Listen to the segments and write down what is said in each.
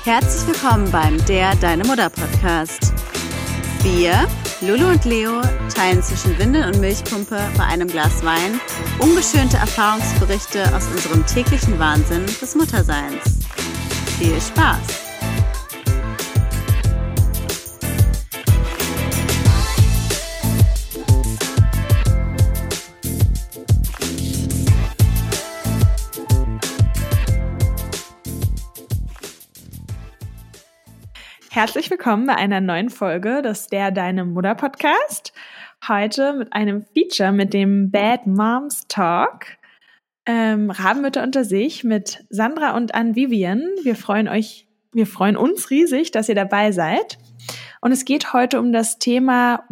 Herzlich willkommen beim Der Deine Mutter Podcast. Wir, Lulu und Leo, teilen zwischen Windel und Milchpumpe bei einem Glas Wein ungeschönte Erfahrungsberichte aus unserem täglichen Wahnsinn des Mutterseins. Viel Spaß! Herzlich willkommen bei einer neuen Folge des Der Deine Mutter Podcast. Heute mit einem Feature mit dem Bad Moms Talk. Rabenmütter unter sich mit Sandra und Ann-Vivian. Wir freuen uns riesig, dass ihr dabei seid. Und es geht heute um das Thema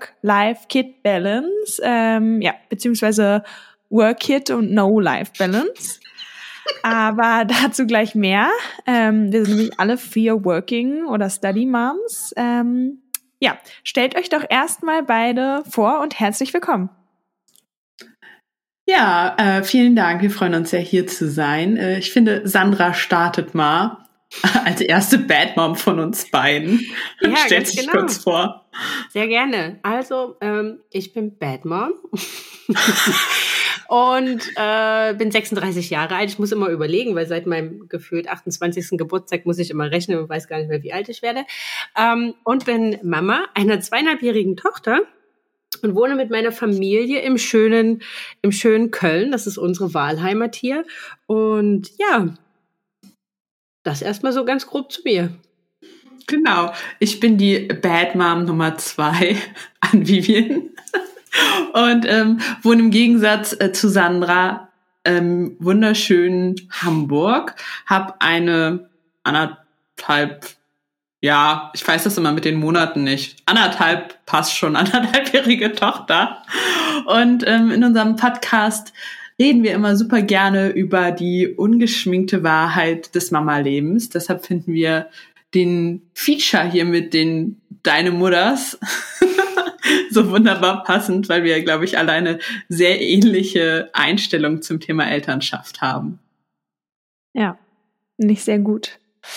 Work-Life-Kid-Balance, beziehungsweise Work-Kid und No-Life-Balance. Aber dazu gleich mehr. Wir sind nämlich alle 4 Working- oder Study-Moms. Stellt euch doch erstmal beide vor und herzlich willkommen. Ja, vielen Dank. Wir freuen uns sehr, hier zu sein. Ich finde, Sandra startet mal als erste Bad Mom von uns beiden. Ja, stellt sich genau. kurz vor. Sehr gerne. Also, ich bin Bad Mom und bin 36 Jahre alt. Ich muss immer überlegen, weil seit meinem gefühlt 28. Geburtstag muss ich immer rechnen und weiß gar nicht mehr, wie alt ich werde. Und bin Mama einer 2,5-jährigen Tochter und wohne mit meiner Familie im schönen Köln. Das ist unsere Wahlheimat hier. Und ja, das erstmal so ganz grob zu mir. Genau. Ich bin die Bad Mom Nummer 2, Ann-Vivian. Und wohne im Gegensatz zu Sandra wunderschönen Hamburg. Hab eine ich weiß das immer mit den Monaten nicht. Passt schon, 1,5-jährige Tochter. Und in unserem Podcast reden wir immer super gerne über die ungeschminkte Wahrheit des Mama-Lebens. Deshalb finden wir den Feature hier mit den Deine Mutters so wunderbar passend, weil wir, glaube ich, alle eine sehr ähnliche Einstellung zum Thema Elternschaft haben. Ja, nicht sehr gut.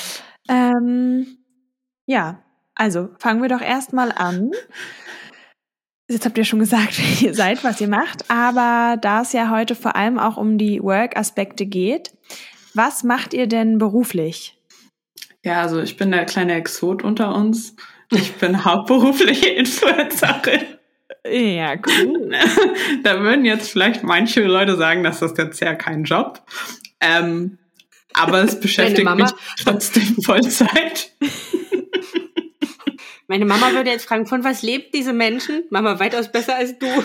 Also fangen wir doch erstmal an. Jetzt habt ihr schon gesagt, wer ihr seid, was ihr macht, aber da es ja heute vor allem auch um die Work-Aspekte geht, was macht ihr denn beruflich? Ja, also ich bin der kleine Exot unter uns. Ich bin hauptberufliche Influencerin. Ja, cool. Da würden jetzt vielleicht manche Leute sagen, dass das jetzt ja kein Job. Aber es beschäftigt mich trotzdem Vollzeit. Meine Mama würde jetzt fragen, von was lebt diese Menschen? Mama, weitaus besser als du.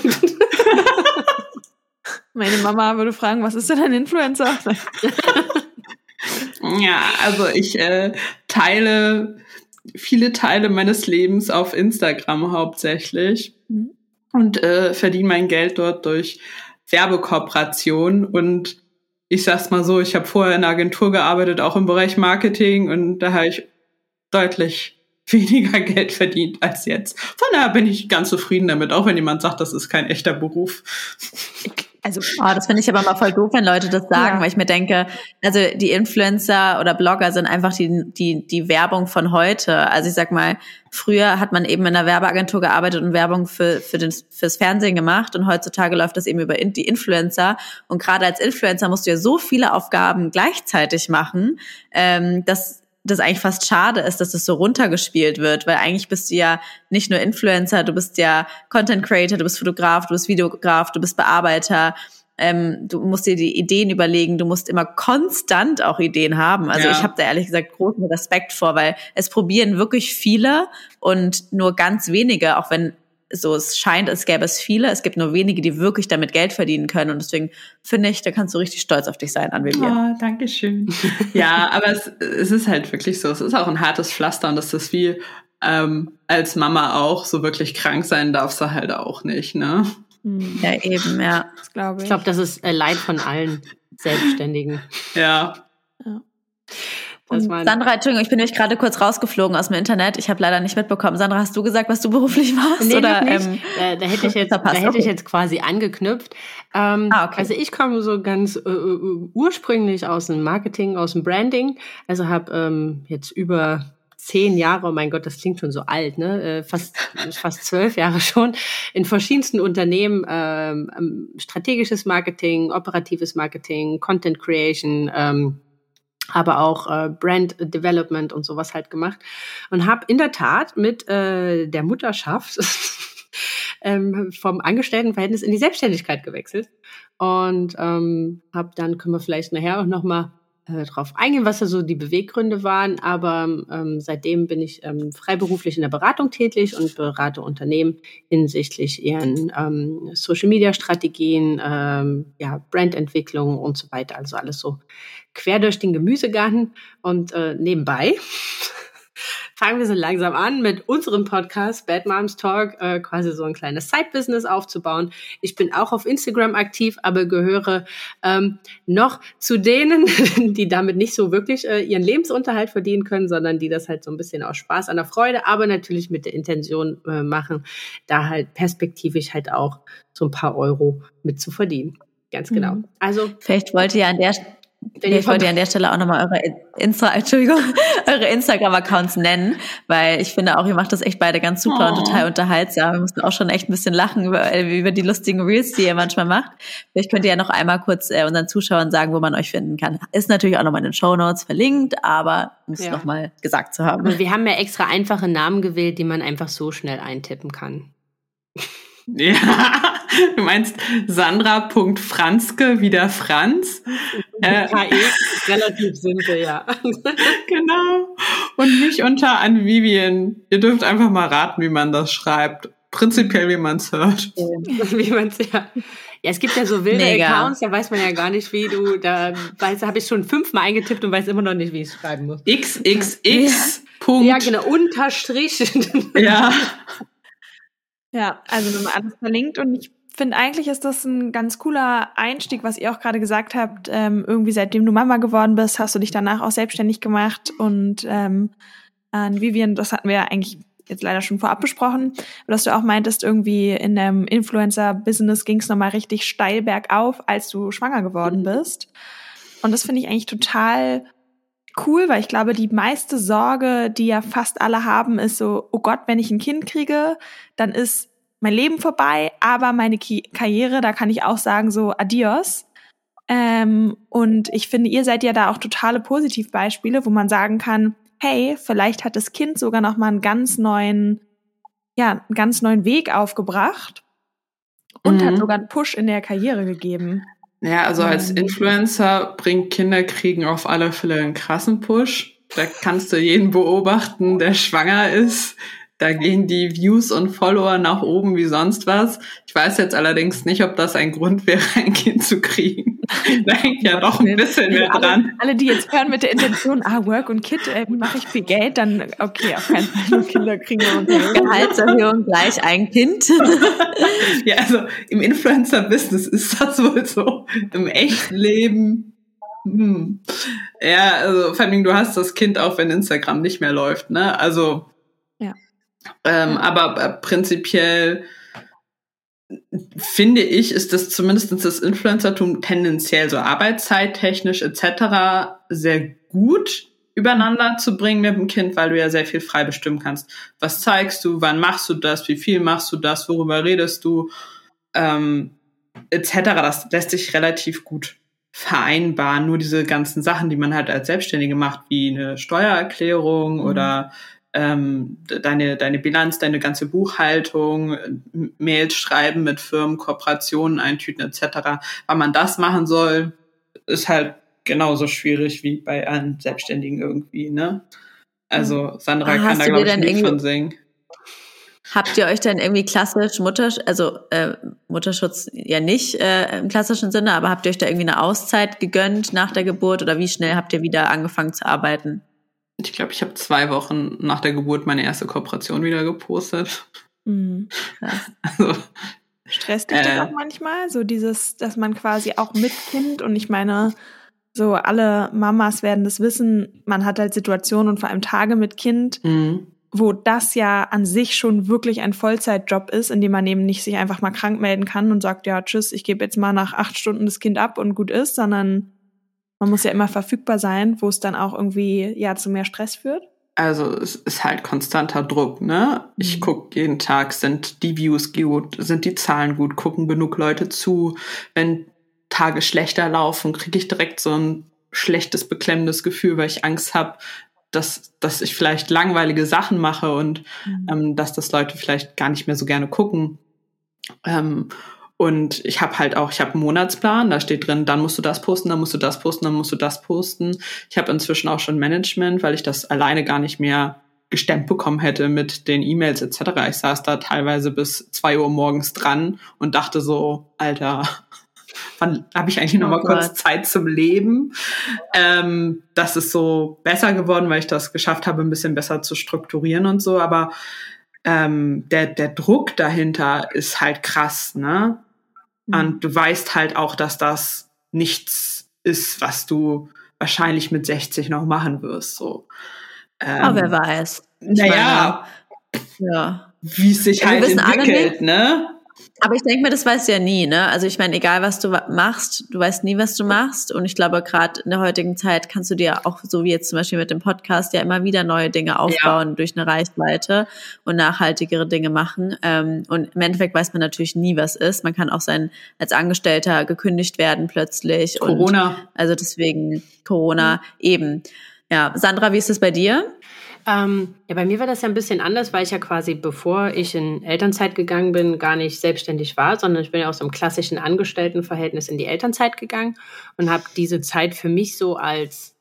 Meine Mama würde fragen, was ist denn ein Influencer? Ja, also ich teile viele Teile meines Lebens auf Instagram hauptsächlich und verdiene mein Geld dort durch Werbekooperation. Und ich sag's mal so, ich habe vorher in einer Agentur gearbeitet, auch im Bereich Marketing, und da habe ich deutlich weniger Geld verdient als jetzt. Von daher bin ich ganz zufrieden damit, auch wenn jemand sagt, das ist kein echter Beruf. Das finde ich aber mal voll doof, wenn Leute das sagen, weil ich mir denke, also die Influencer oder Blogger sind einfach die Werbung von heute. Also ich sag mal, früher hat man eben in einer Werbeagentur gearbeitet und Werbung fürs Fernsehen gemacht, und heutzutage läuft das eben über die Influencer, und gerade als Influencer musst du ja so viele Aufgaben gleichzeitig machen, dass das eigentlich fast schade ist, dass das so runtergespielt wird, weil eigentlich bist du ja nicht nur Influencer, du bist ja Content Creator, du bist Fotograf, du bist Videograf, du bist Bearbeiter, du musst dir die Ideen überlegen, du musst immer konstant auch Ideen haben. Also ich habe da ehrlich gesagt großen Respekt vor, weil es probieren wirklich viele und nur ganz wenige, auch wenn so es scheint, als gäbe es viele, es gibt nur wenige, die wirklich damit Geld verdienen können, und deswegen finde ich, da kannst du richtig stolz auf dich sein, Ann-Vivian. Oh, danke schön. Ja, aber es ist halt wirklich so, es ist auch ein hartes Pflaster, und das ist wie als Mama auch, so wirklich krank sein darfst du halt auch nicht, ne? Ja, eben, ja. Das glaube ich. Ich glaube, das ist Leid von allen Selbstständigen. Ja. Sandra, Entschuldigung, ich bin nämlich gerade kurz rausgeflogen aus dem Internet. Ich habe leider nicht mitbekommen. Sandra, hast du gesagt, was du beruflich machst? Nee, oder, nicht. Da hätte ich jetzt quasi angeknüpft. Okay. Also ich komme so ganz ursprünglich aus dem Marketing, aus dem Branding. Also habe jetzt über 10 Jahre, oh mein Gott, das klingt schon so alt, ne? Fast 12 Jahre schon, in verschiedensten Unternehmen strategisches Marketing, operatives Marketing, Content Creation, aber auch Brand Development und sowas halt gemacht und habe in der Tat mit der Mutterschaft vom Angestelltenverhältnis in die Selbstständigkeit gewechselt und habe dann, können wir vielleicht nachher auch nochmal drauf eingehen, was da so die Beweggründe waren, aber seitdem bin ich freiberuflich in der Beratung tätig und berate Unternehmen hinsichtlich ihren Social-Media-Strategien, Brandentwicklung und so weiter, also alles so quer durch den Gemüsegarten und nebenbei fangen wir so langsam an, mit unserem Podcast Bad Moms Talk quasi so ein kleines Side-Business aufzubauen. Ich bin auch auf Instagram aktiv, aber gehöre noch zu denen, die damit nicht so wirklich ihren Lebensunterhalt verdienen können, sondern die das halt so ein bisschen aus Spaß an der Freude, aber natürlich mit der Intention machen, da halt perspektivisch halt auch so ein paar Euro mit zu verdienen. Ganz genau. Also vielleicht wollt ihr an der Stelle auch nochmal eure Instagram-Accounts nennen, weil ich finde auch, ihr macht das echt beide ganz super und total unterhaltsam. Wir mussten auch schon echt ein bisschen lachen über die lustigen Reels, die ihr manchmal macht. Vielleicht könnt ihr ja noch einmal kurz unseren Zuschauern sagen, wo man euch finden kann. Ist natürlich auch nochmal in den Shownotes verlinkt, aber muss nochmal gesagt zu haben. Und wir haben ja extra einfache Namen gewählt, die man einfach so schnell eintippen kann. Ja, du meinst Sandra.Franzke, wieder Franz. Relativ simpel, ja. Genau. Und mich unter an Vivian. Ihr dürft einfach mal raten, wie man das schreibt. Prinzipiell, wie man es hört. Wie man es, ja. Ja, es gibt ja so wilde Accounts, da weiß man ja gar nicht, wie du, habe ich schon 5-mal eingetippt und weiß immer noch nicht, wie ich es schreiben muss. XXX. Ja, genau, Unterstrich. Ja. Ja, also nochmal alles verlinkt und ich finde, eigentlich ist das ein ganz cooler Einstieg, was ihr auch gerade gesagt habt. Irgendwie seitdem du Mama geworden bist, hast du dich danach auch selbstständig gemacht und an Vivian, das hatten wir ja eigentlich jetzt leider schon vorab besprochen, dass du auch meintest, irgendwie in dem Influencer-Business ging es nochmal richtig steil bergauf, als du schwanger geworden bist. Und das finde ich eigentlich total cool, weil ich glaube, die meiste Sorge, die ja fast alle haben, ist so, oh Gott, wenn ich ein Kind kriege, dann ist mein Leben vorbei, aber meine Karriere, da kann ich auch sagen, so adios. Und ich finde, ihr seid ja da auch totale Positivbeispiele, wo man sagen kann, hey, vielleicht hat das Kind sogar noch mal einen ganz neuen Weg aufgebracht und hat sogar einen Push in der Karriere gegeben. Ja, also als Influencer bringt Kinderkriegen auf alle Fälle einen krassen Push. Da kannst du jeden beobachten, der schwanger ist. Da gehen die Views und Follower nach oben wie sonst was. Ich weiß jetzt allerdings nicht, ob das ein Grund wäre, ein Kind zu kriegen. Da hängt ja doch ein bisschen mehr dran. Alle, die jetzt hören mit der Intention, Work und Kid, mache ich viel Geld, dann okay, auf keinen Fall nur Kinder kriegen. Gehaltserhöhung gleich ein Kind. Ja, also im Influencer-Business ist das wohl so. Im echten Leben. Ja, also vor allem, du hast das Kind auch, wenn Instagram nicht mehr läuft, ne? Also ja. Aber prinzipiell finde ich, ist das zumindest das Influencertum tendenziell so arbeitszeittechnisch etc. sehr gut übereinander zu bringen mit dem Kind, weil du ja sehr viel frei bestimmen kannst. Was zeigst du, wann machst du das, wie viel machst du das, worüber redest du, etc. Das lässt sich relativ gut vereinbaren. Nur diese ganzen Sachen, die man halt als Selbstständige macht, wie eine Steuererklärung oder deine Bilanz, deine ganze Buchhaltung, Mails schreiben mit Firmen, Kooperationen eintüten etc. Wann man das machen soll, ist halt genauso schwierig wie bei allen Selbstständigen irgendwie, ne? Also Sandra kann da, glaube ich, nicht von singen. Habt ihr euch dann irgendwie klassisch Mutterschutz ja nicht im klassischen Sinne, aber habt ihr euch da irgendwie eine Auszeit gegönnt nach der Geburt oder wie schnell habt ihr wieder angefangen zu arbeiten? Ich glaube, ich habe 2 Wochen nach der Geburt meine erste Kooperation wieder gepostet. Also, stresst dich das auch manchmal? So dieses, dass man quasi auch mit Kind und ich meine, so alle Mamas werden das wissen, man hat halt Situationen und vor allem Tage mit Kind, wo das ja an sich schon wirklich ein Vollzeitjob ist, in dem man eben nicht sich einfach mal krank melden kann und sagt, ja, tschüss, ich gebe jetzt mal nach 8 Stunden das Kind ab und gut ist, sondern man muss ja immer verfügbar sein, wo es dann auch irgendwie ja zu mehr Stress führt. Also es ist halt konstanter Druck, ne? Ich gucke jeden Tag, sind die Views gut, sind die Zahlen gut, gucken genug Leute zu. Wenn Tage schlechter laufen, kriege ich direkt so ein schlechtes, beklemmendes Gefühl, weil ich Angst habe, dass ich vielleicht langweilige Sachen mache und dass das Leute vielleicht gar nicht mehr so gerne gucken. Und ich habe einen Monatsplan, da steht drin, dann musst du das posten, dann musst du das posten, dann musst du das posten. Ich habe inzwischen auch schon Management, weil ich das alleine gar nicht mehr gestemmt bekommen hätte mit den E-Mails etc. Ich saß da teilweise bis 2 Uhr morgens dran und dachte so, Alter, wann habe ich eigentlich noch mal kurz Zeit zum Leben? Das ist so besser geworden, weil ich das geschafft habe, ein bisschen besser zu strukturieren und so. Aber der Druck dahinter ist halt krass, ne? Und du weißt halt auch, dass das nichts ist, was du wahrscheinlich mit 60 noch machen wirst. So. Aber wer weiß. Naja, wie es sich halt entwickelt, ne? Aber ich denke mir, das weißt du ja nie, ne? Also ich meine, egal was du machst, du weißt nie, was du machst. Und ich glaube, gerade in der heutigen Zeit kannst du dir auch, so wie jetzt zum Beispiel mit dem Podcast, ja immer wieder neue Dinge aufbauen durch eine Reichweite und nachhaltigere Dinge machen. Und im Endeffekt weiß man natürlich nie, was ist. Man kann auch als Angestellter gekündigt werden plötzlich. Corona. Und also deswegen Corona eben. Ja, Sandra, wie ist es bei dir? Ja, bei mir war das ja ein bisschen anders, weil ich ja quasi, bevor ich in Elternzeit gegangen bin, gar nicht selbstständig war, sondern ich bin ja aus einem klassischen Angestelltenverhältnis in die Elternzeit gegangen und habe diese Zeit für mich so als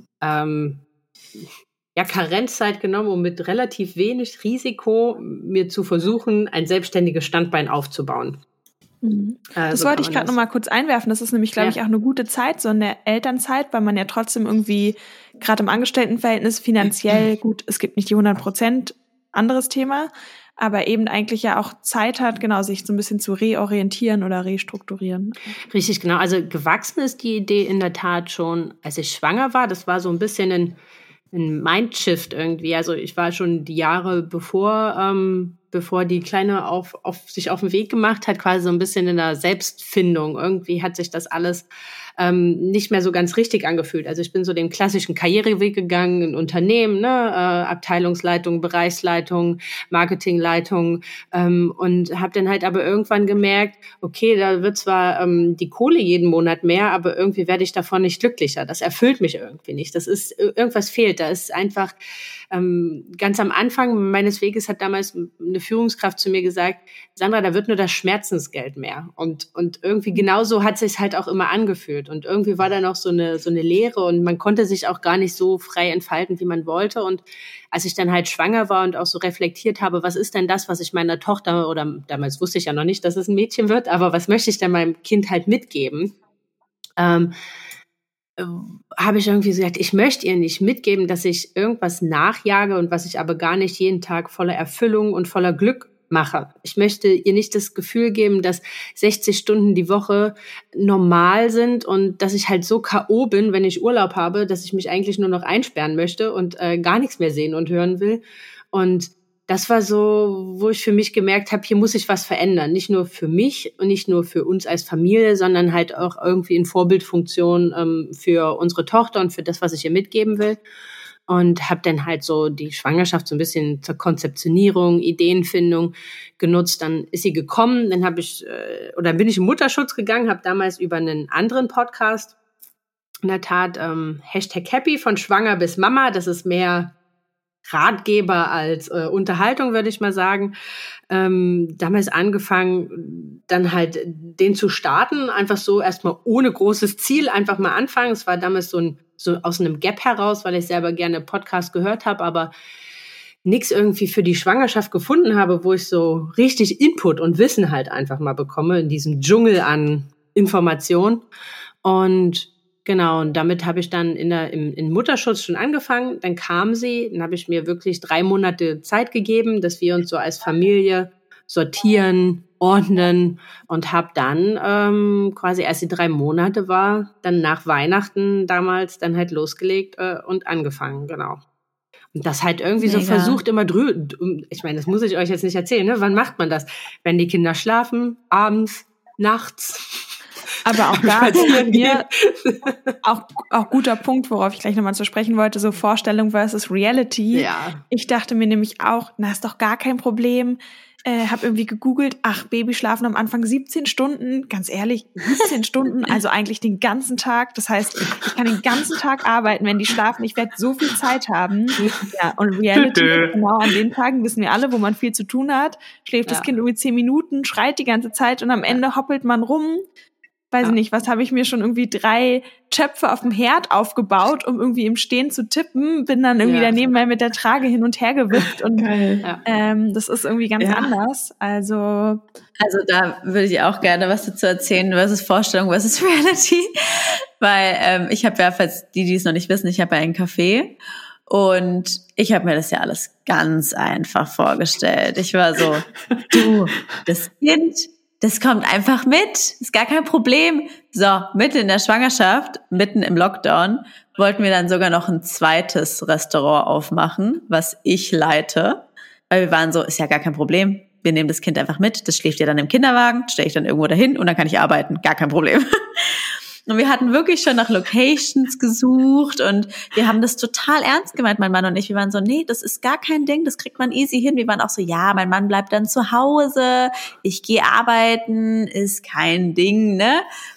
Karenzzeit genommen, um mit relativ wenig Risiko mir zu versuchen, ein selbstständiges Standbein aufzubauen. Das wollte ich gerade noch mal kurz einwerfen. Das ist nämlich, glaube ich, auch eine gute Zeit, so in der Elternzeit, weil man ja trotzdem irgendwie, gerade im Angestelltenverhältnis, finanziell gut, es gibt nicht die 100%, anderes Thema, aber eben eigentlich ja auch Zeit hat, genau, sich so ein bisschen zu reorientieren oder restrukturieren. Richtig, genau. Also gewachsen ist die Idee in der Tat schon, als ich schwanger war. Das war so ein bisschen ein Mindshift irgendwie. Also ich war schon die Jahre bevor die Kleine sich auf den Weg gemacht hat, quasi so ein bisschen in der Selbstfindung. Irgendwie hat sich das alles nicht mehr so ganz richtig angefühlt. Also ich bin so den klassischen Karriereweg gegangen in Unternehmen, ne, Abteilungsleitung, Bereichsleitung, Marketingleitung und habe dann halt aber irgendwann gemerkt, okay, da wird zwar die Kohle jeden Monat mehr, aber irgendwie werde ich davon nicht glücklicher. Das erfüllt mich irgendwie nicht. Das ist, irgendwas fehlt. Da ist einfach ganz am Anfang meines Weges hat damals eine Führungskraft zu mir gesagt, Sandra, da wird nur das Schmerzensgeld mehr. Und irgendwie genauso hat es sich halt auch immer angefühlt. Und irgendwie war da noch so eine Leere und man konnte sich auch gar nicht so frei entfalten, wie man wollte. Und als ich dann halt schwanger war und auch so reflektiert habe, was ist denn das, was ich meiner Tochter, oder damals wusste ich ja noch nicht, dass es ein Mädchen wird, aber was möchte ich denn meinem Kind halt mitgeben? Habe ich irgendwie gesagt, ich möchte ihr nicht mitgeben, dass ich irgendwas nachjage und was ich aber gar nicht jeden Tag voller Erfüllung und voller Glück mache. Ich möchte ihr nicht das Gefühl geben, dass 60 Stunden die Woche normal sind und dass ich halt so K.O. bin, wenn ich Urlaub habe, dass ich mich eigentlich nur noch einsperren möchte und gar nichts mehr sehen und hören will. Und das war so, wo ich für mich gemerkt habe, hier muss ich was verändern. Nicht nur für mich und nicht nur für uns als Familie, sondern halt auch irgendwie in Vorbildfunktion für unsere Tochter und für das, was ich ihr mitgeben will. Und habe dann halt so die Schwangerschaft so ein bisschen zur Konzeptionierung, Ideenfindung genutzt. Dann ist sie gekommen, dann bin ich in Mutterschutz gegangen, habe damals über einen anderen Podcast, in der Tat #Happy von Schwanger bis Mama, das ist mehr Ratgeber als Unterhaltung, würde ich mal sagen. Damals angefangen, dann halt den zu starten, einfach so erstmal ohne großes Ziel, einfach mal anfangen. Es war damals so aus einem Gap heraus, weil ich selber gerne Podcast gehört habe, aber nichts irgendwie für die Schwangerschaft gefunden habe, wo ich so richtig Input und Wissen halt einfach mal bekomme in diesem Dschungel an Informationen. Und genau, und damit habe ich dann in Mutterschutz schon angefangen. Dann kam sie, dann habe ich mir wirklich 3 Monate Zeit gegeben, dass wir uns so als Familie sortieren, ordnen und habe dann quasi, als sie 3 Monate war, dann nach Weihnachten damals dann halt losgelegt und angefangen, genau. Und das halt irgendwie so versucht immer ich meine, das muss ich euch jetzt nicht erzählen, ne? Wann macht man das? Wenn die Kinder schlafen, abends, nachts. Aber auch da hier auch guter Punkt, worauf ich gleich nochmal zu sprechen wollte, so Vorstellung versus Reality. Ja. Ich dachte mir nämlich auch, ist doch gar kein Problem. Hab irgendwie gegoogelt, Baby schlafen am Anfang 17 Stunden, ganz ehrlich, 17 Stunden, also eigentlich den ganzen Tag. Das heißt, ich kann den ganzen Tag arbeiten, wenn die schlafen. Ich werde so viel Zeit haben. Ja, und Reality, genau an den Tagen, wissen wir alle, wo man viel zu tun hat, schläft das Kind irgendwie 10 Minuten, schreit die ganze Zeit und am Ende hoppelt man rum. Weiß ich nicht, was habe ich mir schon irgendwie 3 Töpfe auf dem Herd aufgebaut, um irgendwie im Stehen zu tippen, bin dann irgendwie daneben mal mit der Trage hin und her gewippt und das ist irgendwie ganz anders. Also da würde ich auch gerne was dazu erzählen, versus Vorstellung versus Reality, weil ich habe ja, falls die es noch nicht wissen, ich habe ja einen Café und ich habe mir das ja alles ganz einfach vorgestellt. Ich war so, das Kind, das kommt einfach mit, ist gar kein Problem. So, mitten in der Schwangerschaft, mitten im Lockdown, wollten wir dann sogar noch ein zweites Restaurant aufmachen, was ich leite. Weil wir waren so, ist ja gar kein Problem, wir nehmen das Kind einfach mit, das schläft ja dann im Kinderwagen, stelle ich dann irgendwo dahin und dann kann ich arbeiten, gar kein Problem. Und wir hatten wirklich schon nach Locations gesucht und wir haben das total ernst gemeint, mein Mann und ich. Wir waren so, nee, das ist gar kein Ding, das kriegt man easy hin. Wir waren auch so, ja, mein Mann bleibt dann zu Hause, ich gehe arbeiten, ist kein Ding, ne?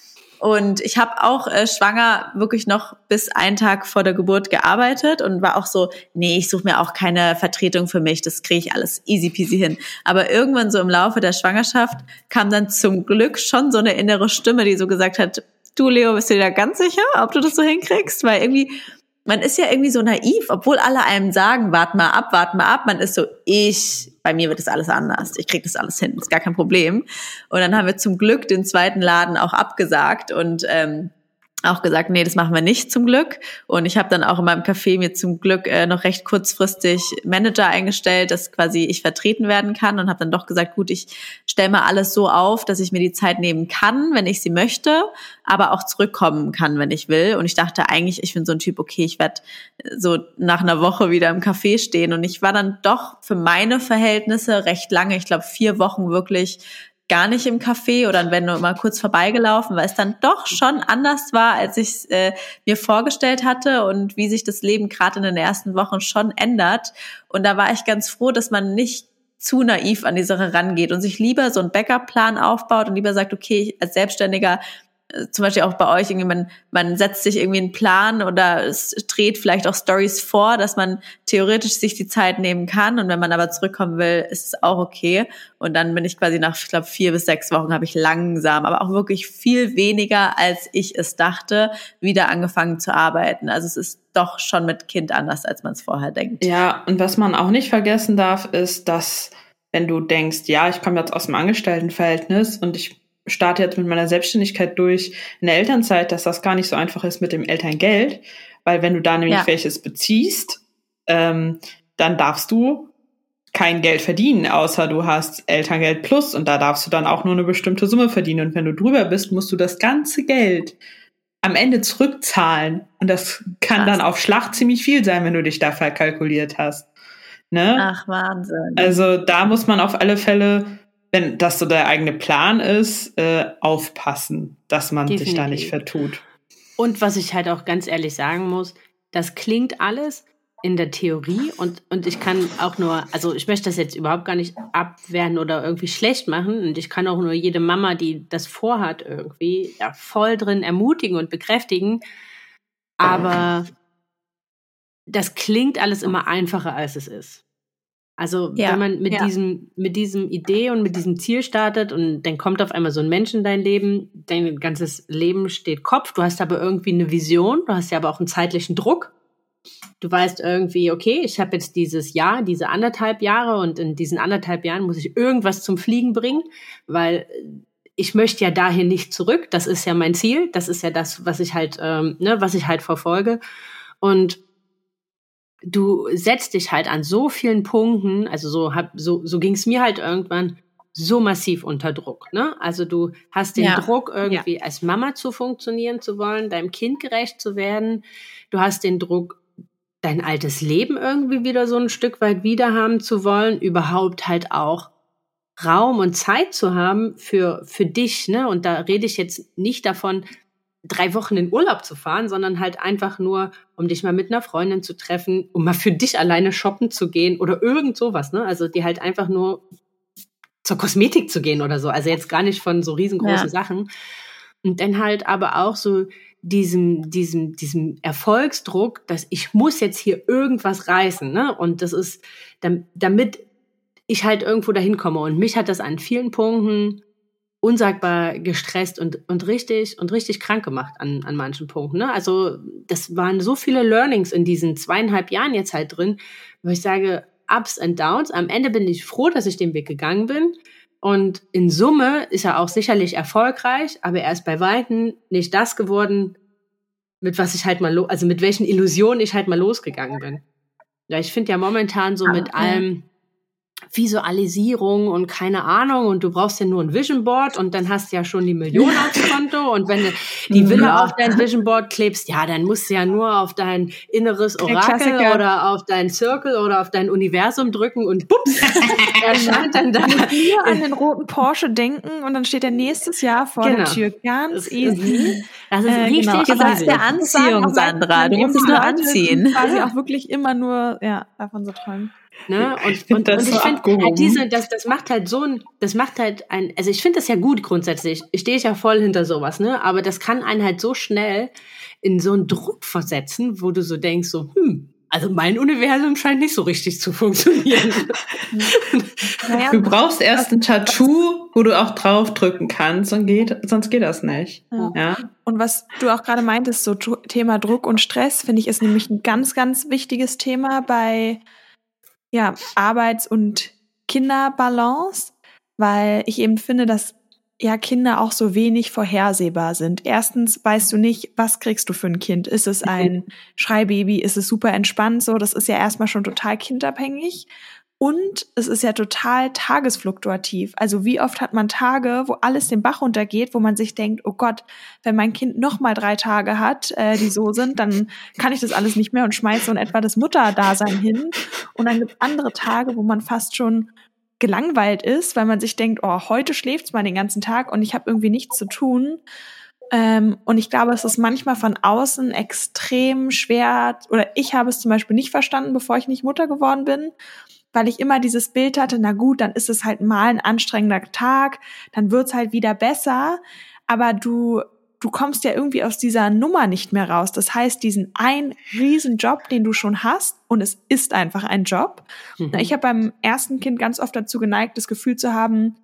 Und ich habe auch schwanger wirklich noch bis einen Tag vor der Geburt gearbeitet und war auch so, nee, ich suche mir auch keine Vertretung für mich, das kriege ich alles easy peasy hin. Aber irgendwann so im Laufe der Schwangerschaft kam dann zum Glück schon so eine innere Stimme, die so gesagt hat, du Leo, bist du dir da ganz sicher, ob du das so hinkriegst? Weil irgendwie, man ist ja irgendwie so naiv, obwohl alle einem sagen, warte mal ab. Man ist so, bei mir wird das alles anders. Ich krieg das alles hin, ist gar kein Problem. Und dann haben wir zum Glück den zweiten Laden auch abgesagt und auch gesagt, nee, das machen wir nicht zum Glück. Und ich habe dann auch in meinem Café mir zum Glück noch recht kurzfristig Manager eingestellt, dass quasi ich vertreten werden kann und habe dann doch gesagt, gut, ich stelle mal alles so auf, dass ich mir die Zeit nehmen kann, wenn ich sie möchte, aber auch zurückkommen kann, wenn ich will. Und ich dachte eigentlich, ich bin so ein Typ, okay, ich werde so nach einer Woche wieder im Café stehen. Und ich war dann doch für meine Verhältnisse recht lange, ich glaube 4 Wochen wirklich gar nicht im Café oder wenn nur mal kurz vorbeigelaufen, weil es dann doch schon anders war, als ich es mir vorgestellt hatte und wie sich das Leben gerade in den ersten Wochen schon ändert. Und da war ich ganz froh, dass man nicht zu naiv an die Sache rangeht und sich lieber so einen Backup-Plan aufbaut und lieber sagt, okay, ich als Selbstständiger, zum Beispiel auch bei euch, irgendwie man setzt sich irgendwie einen Plan oder es dreht vielleicht auch Stories vor, dass man theoretisch sich die Zeit nehmen kann und wenn man aber zurückkommen will, ist es auch okay. Und dann bin ich quasi nach, ich glaube, 4 bis 6 Wochen habe ich langsam, aber auch wirklich viel weniger, als ich es dachte, wieder angefangen zu arbeiten. Also es ist doch schon mit Kind anders, als man es vorher denkt. Ja, und was man auch nicht vergessen darf, ist, dass wenn du denkst, ja, ich komme jetzt aus dem Angestelltenverhältnis und ich starte jetzt mit meiner Selbstständigkeit durch in der Elternzeit, dass das gar nicht so einfach ist mit dem Elterngeld, weil wenn du da nämlich welches beziehst, dann darfst du kein Geld verdienen, außer du hast Elterngeld plus und da darfst du dann auch nur eine bestimmte Summe verdienen und wenn du drüber bist, musst du das ganze Geld am Ende zurückzahlen und das kann dann auf Schlag ziemlich viel sein, wenn du dich da verkalkuliert hast. Ne? Ach, Wahnsinn. Also da muss man auf alle Fälle, wenn das so der eigene Plan ist, aufpassen, dass man sich da nicht vertut. Und was ich halt auch ganz ehrlich sagen muss, das klingt alles in der Theorie und ich kann auch nur, also ich möchte das jetzt überhaupt gar nicht abwehren oder irgendwie schlecht machen und ich kann auch nur jede Mama, die das vorhat, irgendwie voll drin ermutigen und bekräftigen, aber das klingt alles immer einfacher, als es ist. Also wenn man mit diesem Idee und mit diesem Ziel startet und dann kommt auf einmal so ein Mensch in dein Leben, dein ganzes Leben steht Kopf, du hast aber irgendwie eine Vision, du hast ja aber auch einen zeitlichen Druck. Du weißt irgendwie, okay, ich habe jetzt dieses Jahr, diese 1,5 Jahre und in diesen 1,5 Jahren muss ich irgendwas zum Fliegen bringen, weil ich möchte ja dahin nicht zurück, das ist ja mein Ziel, das ist ja das, was ich halt, was ich halt verfolge und du setzt dich halt an so vielen Punkten, also so ging es mir halt irgendwann, so massiv unter Druck, ne? Also du hast den Druck, irgendwie als Mama zu funktionieren zu wollen, deinem Kind gerecht zu werden. Du hast den Druck, dein altes Leben irgendwie wieder so ein Stück weit wiederhaben zu wollen, überhaupt halt auch Raum und Zeit zu haben für dich, ne? Und da rede ich jetzt nicht davon, 3 Wochen in Urlaub zu fahren, sondern halt einfach nur, um dich mal mit einer Freundin zu treffen, um mal für dich alleine shoppen zu gehen oder irgend sowas, ne? Also die halt einfach nur zur Kosmetik zu gehen oder so. Also jetzt gar nicht von so riesengroßen Sachen. Und dann halt aber auch so diesem Erfolgsdruck, dass ich muss jetzt hier irgendwas reißen, ne? Und das ist, damit ich halt irgendwo dahin komme. Und mich hat das an vielen Punkten unsagbar gestresst und richtig krank gemacht an manchen Punkten, ne? Also das waren so viele Learnings in diesen 2,5 Jahren jetzt halt drin, wo ich sage, Ups and Downs. Am Ende bin ich froh, dass ich den Weg gegangen bin. Und in Summe ist er auch sicherlich erfolgreich, aber er ist bei Weitem nicht das geworden, mit was ich halt mal, also mit welchen Illusionen ich halt mal losgegangen bin. Ja, ich finde ja momentan so mit allem Visualisierung und keine Ahnung und du brauchst ja nur ein Vision Board und dann hast du ja schon die Millionen aufs Konto und wenn du die Villa auf dein Vision Board klebst, ja, dann musst du ja nur auf dein inneres Orakel oder auf dein Circle oder auf dein Universum drücken und bups, erscheint dann da. Nur an den roten Porsche denken und dann steht er nächstes Jahr vor der Tür. Ganz easy. Das ist richtig easy. Das ist der Anziehung, Sandra. Du musst es nur anziehen. Quasi auch wirklich immer nur davon so träumen. Ne? Und ich finde halt das macht halt also ich finde das ja gut grundsätzlich. Ich stehe ja voll hinter sowas, ne? Aber das kann einen halt so schnell in so einen Druck versetzen, wo du so denkst, so, also mein Universum scheint nicht so richtig zu funktionieren. Du brauchst erst ein Tattoo, wo du auch draufdrücken kannst, sonst geht das nicht. Ja. Und was du auch gerade meintest, so Thema Druck und Stress, finde ich, ist nämlich ein ganz, ganz wichtiges Thema bei Arbeits- und Kinderbalance, weil ich eben finde, dass Kinder auch so wenig vorhersehbar sind. Erstens weißt du nicht, was kriegst du für ein Kind? Ist es ein Schreibaby? Ist es super entspannt? So, das ist ja erstmal schon total kindabhängig. Und es ist ja total tagesfluktuativ. Also wie oft hat man Tage, wo alles den Bach runtergeht, wo man sich denkt, oh Gott, wenn mein Kind noch mal 3 Tage hat, die so sind, dann kann ich das alles nicht mehr und schmeiße so in etwa das Mutterdasein hin. Und dann gibt es andere Tage, wo man fast schon gelangweilt ist, weil man sich denkt, oh, heute schläft's mal den ganzen Tag und ich habe irgendwie nichts zu tun. Und ich glaube, es ist manchmal von außen extrem schwer, oder ich habe es zum Beispiel nicht verstanden, bevor ich nicht Mutter geworden bin, weil ich immer dieses Bild hatte, na gut, dann ist es halt mal ein anstrengender Tag, dann wird's halt wieder besser, aber du kommst ja irgendwie aus dieser Nummer nicht mehr raus. Das heißt, diesen einen riesen Job, den du schon hast, und es ist einfach ein Job. Ich habe beim ersten Kind ganz oft dazu geneigt, das Gefühl zu haben,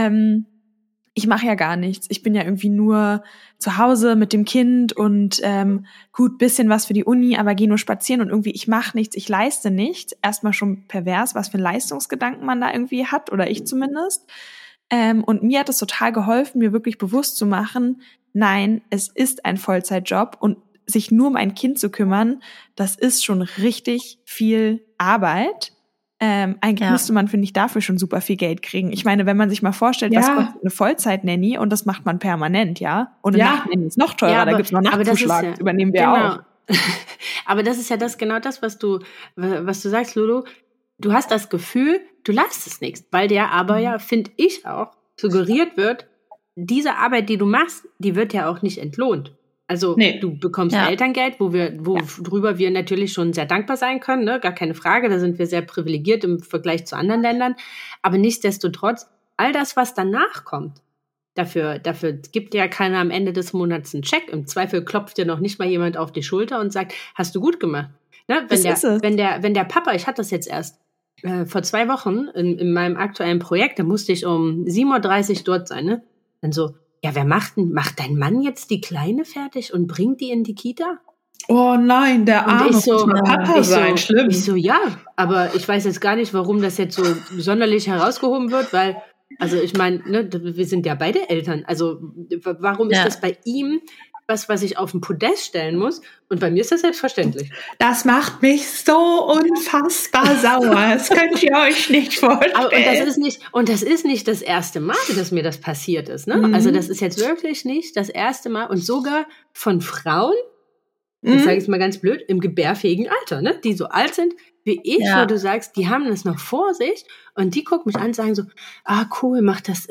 ich mache ja gar nichts. Ich bin ja irgendwie nur zu Hause mit dem Kind und gut, bisschen was für die Uni, aber gehe nur spazieren und irgendwie ich mache nichts, ich leiste nichts. Erstmal schon pervers, was für einen Leistungsgedanken man da irgendwie hat, oder ich zumindest. Und mir hat es total geholfen, mir wirklich bewusst zu machen, nein, es ist ein Vollzeitjob und sich nur um ein Kind zu kümmern, das ist schon richtig viel Arbeit. Eigentlich müsste man, finde ich, dafür schon super viel Geld kriegen. Ich meine, wenn man sich mal vorstellt, was kostet eine Vollzeit-Nanny und das macht man permanent, und eine Nacht-Nanny ist noch teurer, da gibt's noch Nachtzuschlag, übernehmen wir auch. Aber das ist ja genau das, was du sagst, Lulu. Du hast das Gefühl, du leistest nichts, weil dir aber finde ich auch, suggeriert wird, diese Arbeit, die du machst, die wird ja auch nicht entlohnt. Also du bekommst Elterngeld, worüber wir natürlich schon sehr dankbar sein können, ne? Gar keine Frage, da sind wir sehr privilegiert im Vergleich zu anderen Ländern. Aber nichtsdestotrotz, all das, was danach kommt, dafür gibt ja keiner am Ende des Monats einen Check. Im Zweifel klopft dir noch nicht mal jemand auf die Schulter und sagt, hast du gut gemacht. Ne? Wenn der Papa, ich hatte das jetzt erst vor 2 Wochen in meinem aktuellen Projekt, da musste ich um 7:30 Uhr dort sein, ne? Dann so, wer macht dein Mann jetzt die Kleine fertig und bringt die in die Kita? Oh nein, der Arme muss mal Papa sein, schlimm. Ich so, aber ich weiß jetzt gar nicht, warum das jetzt so sonderlich herausgehoben wird, weil, also ich meine, ne, wir sind ja beide Eltern, also warum ist das bei ihm was ich auf den Podest stellen muss. Und bei mir ist das selbstverständlich. Das macht mich so unfassbar sauer. Das könnt ihr euch nicht vorstellen. Aber, das ist nicht das erste Mal, dass mir das passiert ist. Ne? Also das ist jetzt wirklich nicht das erste Mal. Und sogar von Frauen, ich sage jetzt mal ganz blöd, im gebärfähigen Alter, ne? Die so alt sind wie ich, wo du sagst, die haben das noch vor sich und die gucken mich an und sagen so, cool, macht das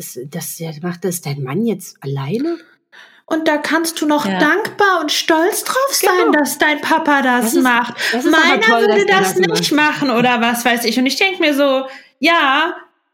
dein Mann jetzt alleine? Und da kannst du noch dankbar und stolz drauf sein, dass dein Papa das macht. Meiner toll, würde das nicht machen oder was weiß ich. Und ich denke mir so, ja,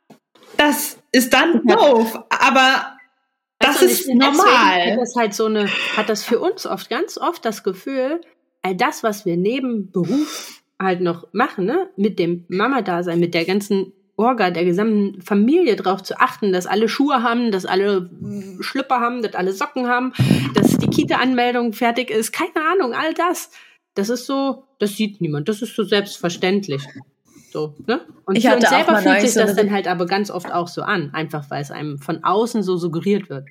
das ist dann doof, aber das ist normal. Hat das für uns ganz oft das Gefühl, all das, was wir neben Beruf halt noch machen, ne, mit dem Mama-Dasein, mit der ganzen Orga, der gesamten Familie drauf zu achten, dass alle Schuhe haben, dass alle Schlüpper haben, dass alle Socken haben, dass die Kita-Anmeldung fertig ist, keine Ahnung, all das. Das ist so, das sieht niemand, das ist so selbstverständlich. So, ne? Und für uns selber fühlt sich das dann halt aber ganz oft auch so an, einfach weil es einem von außen so suggeriert wird.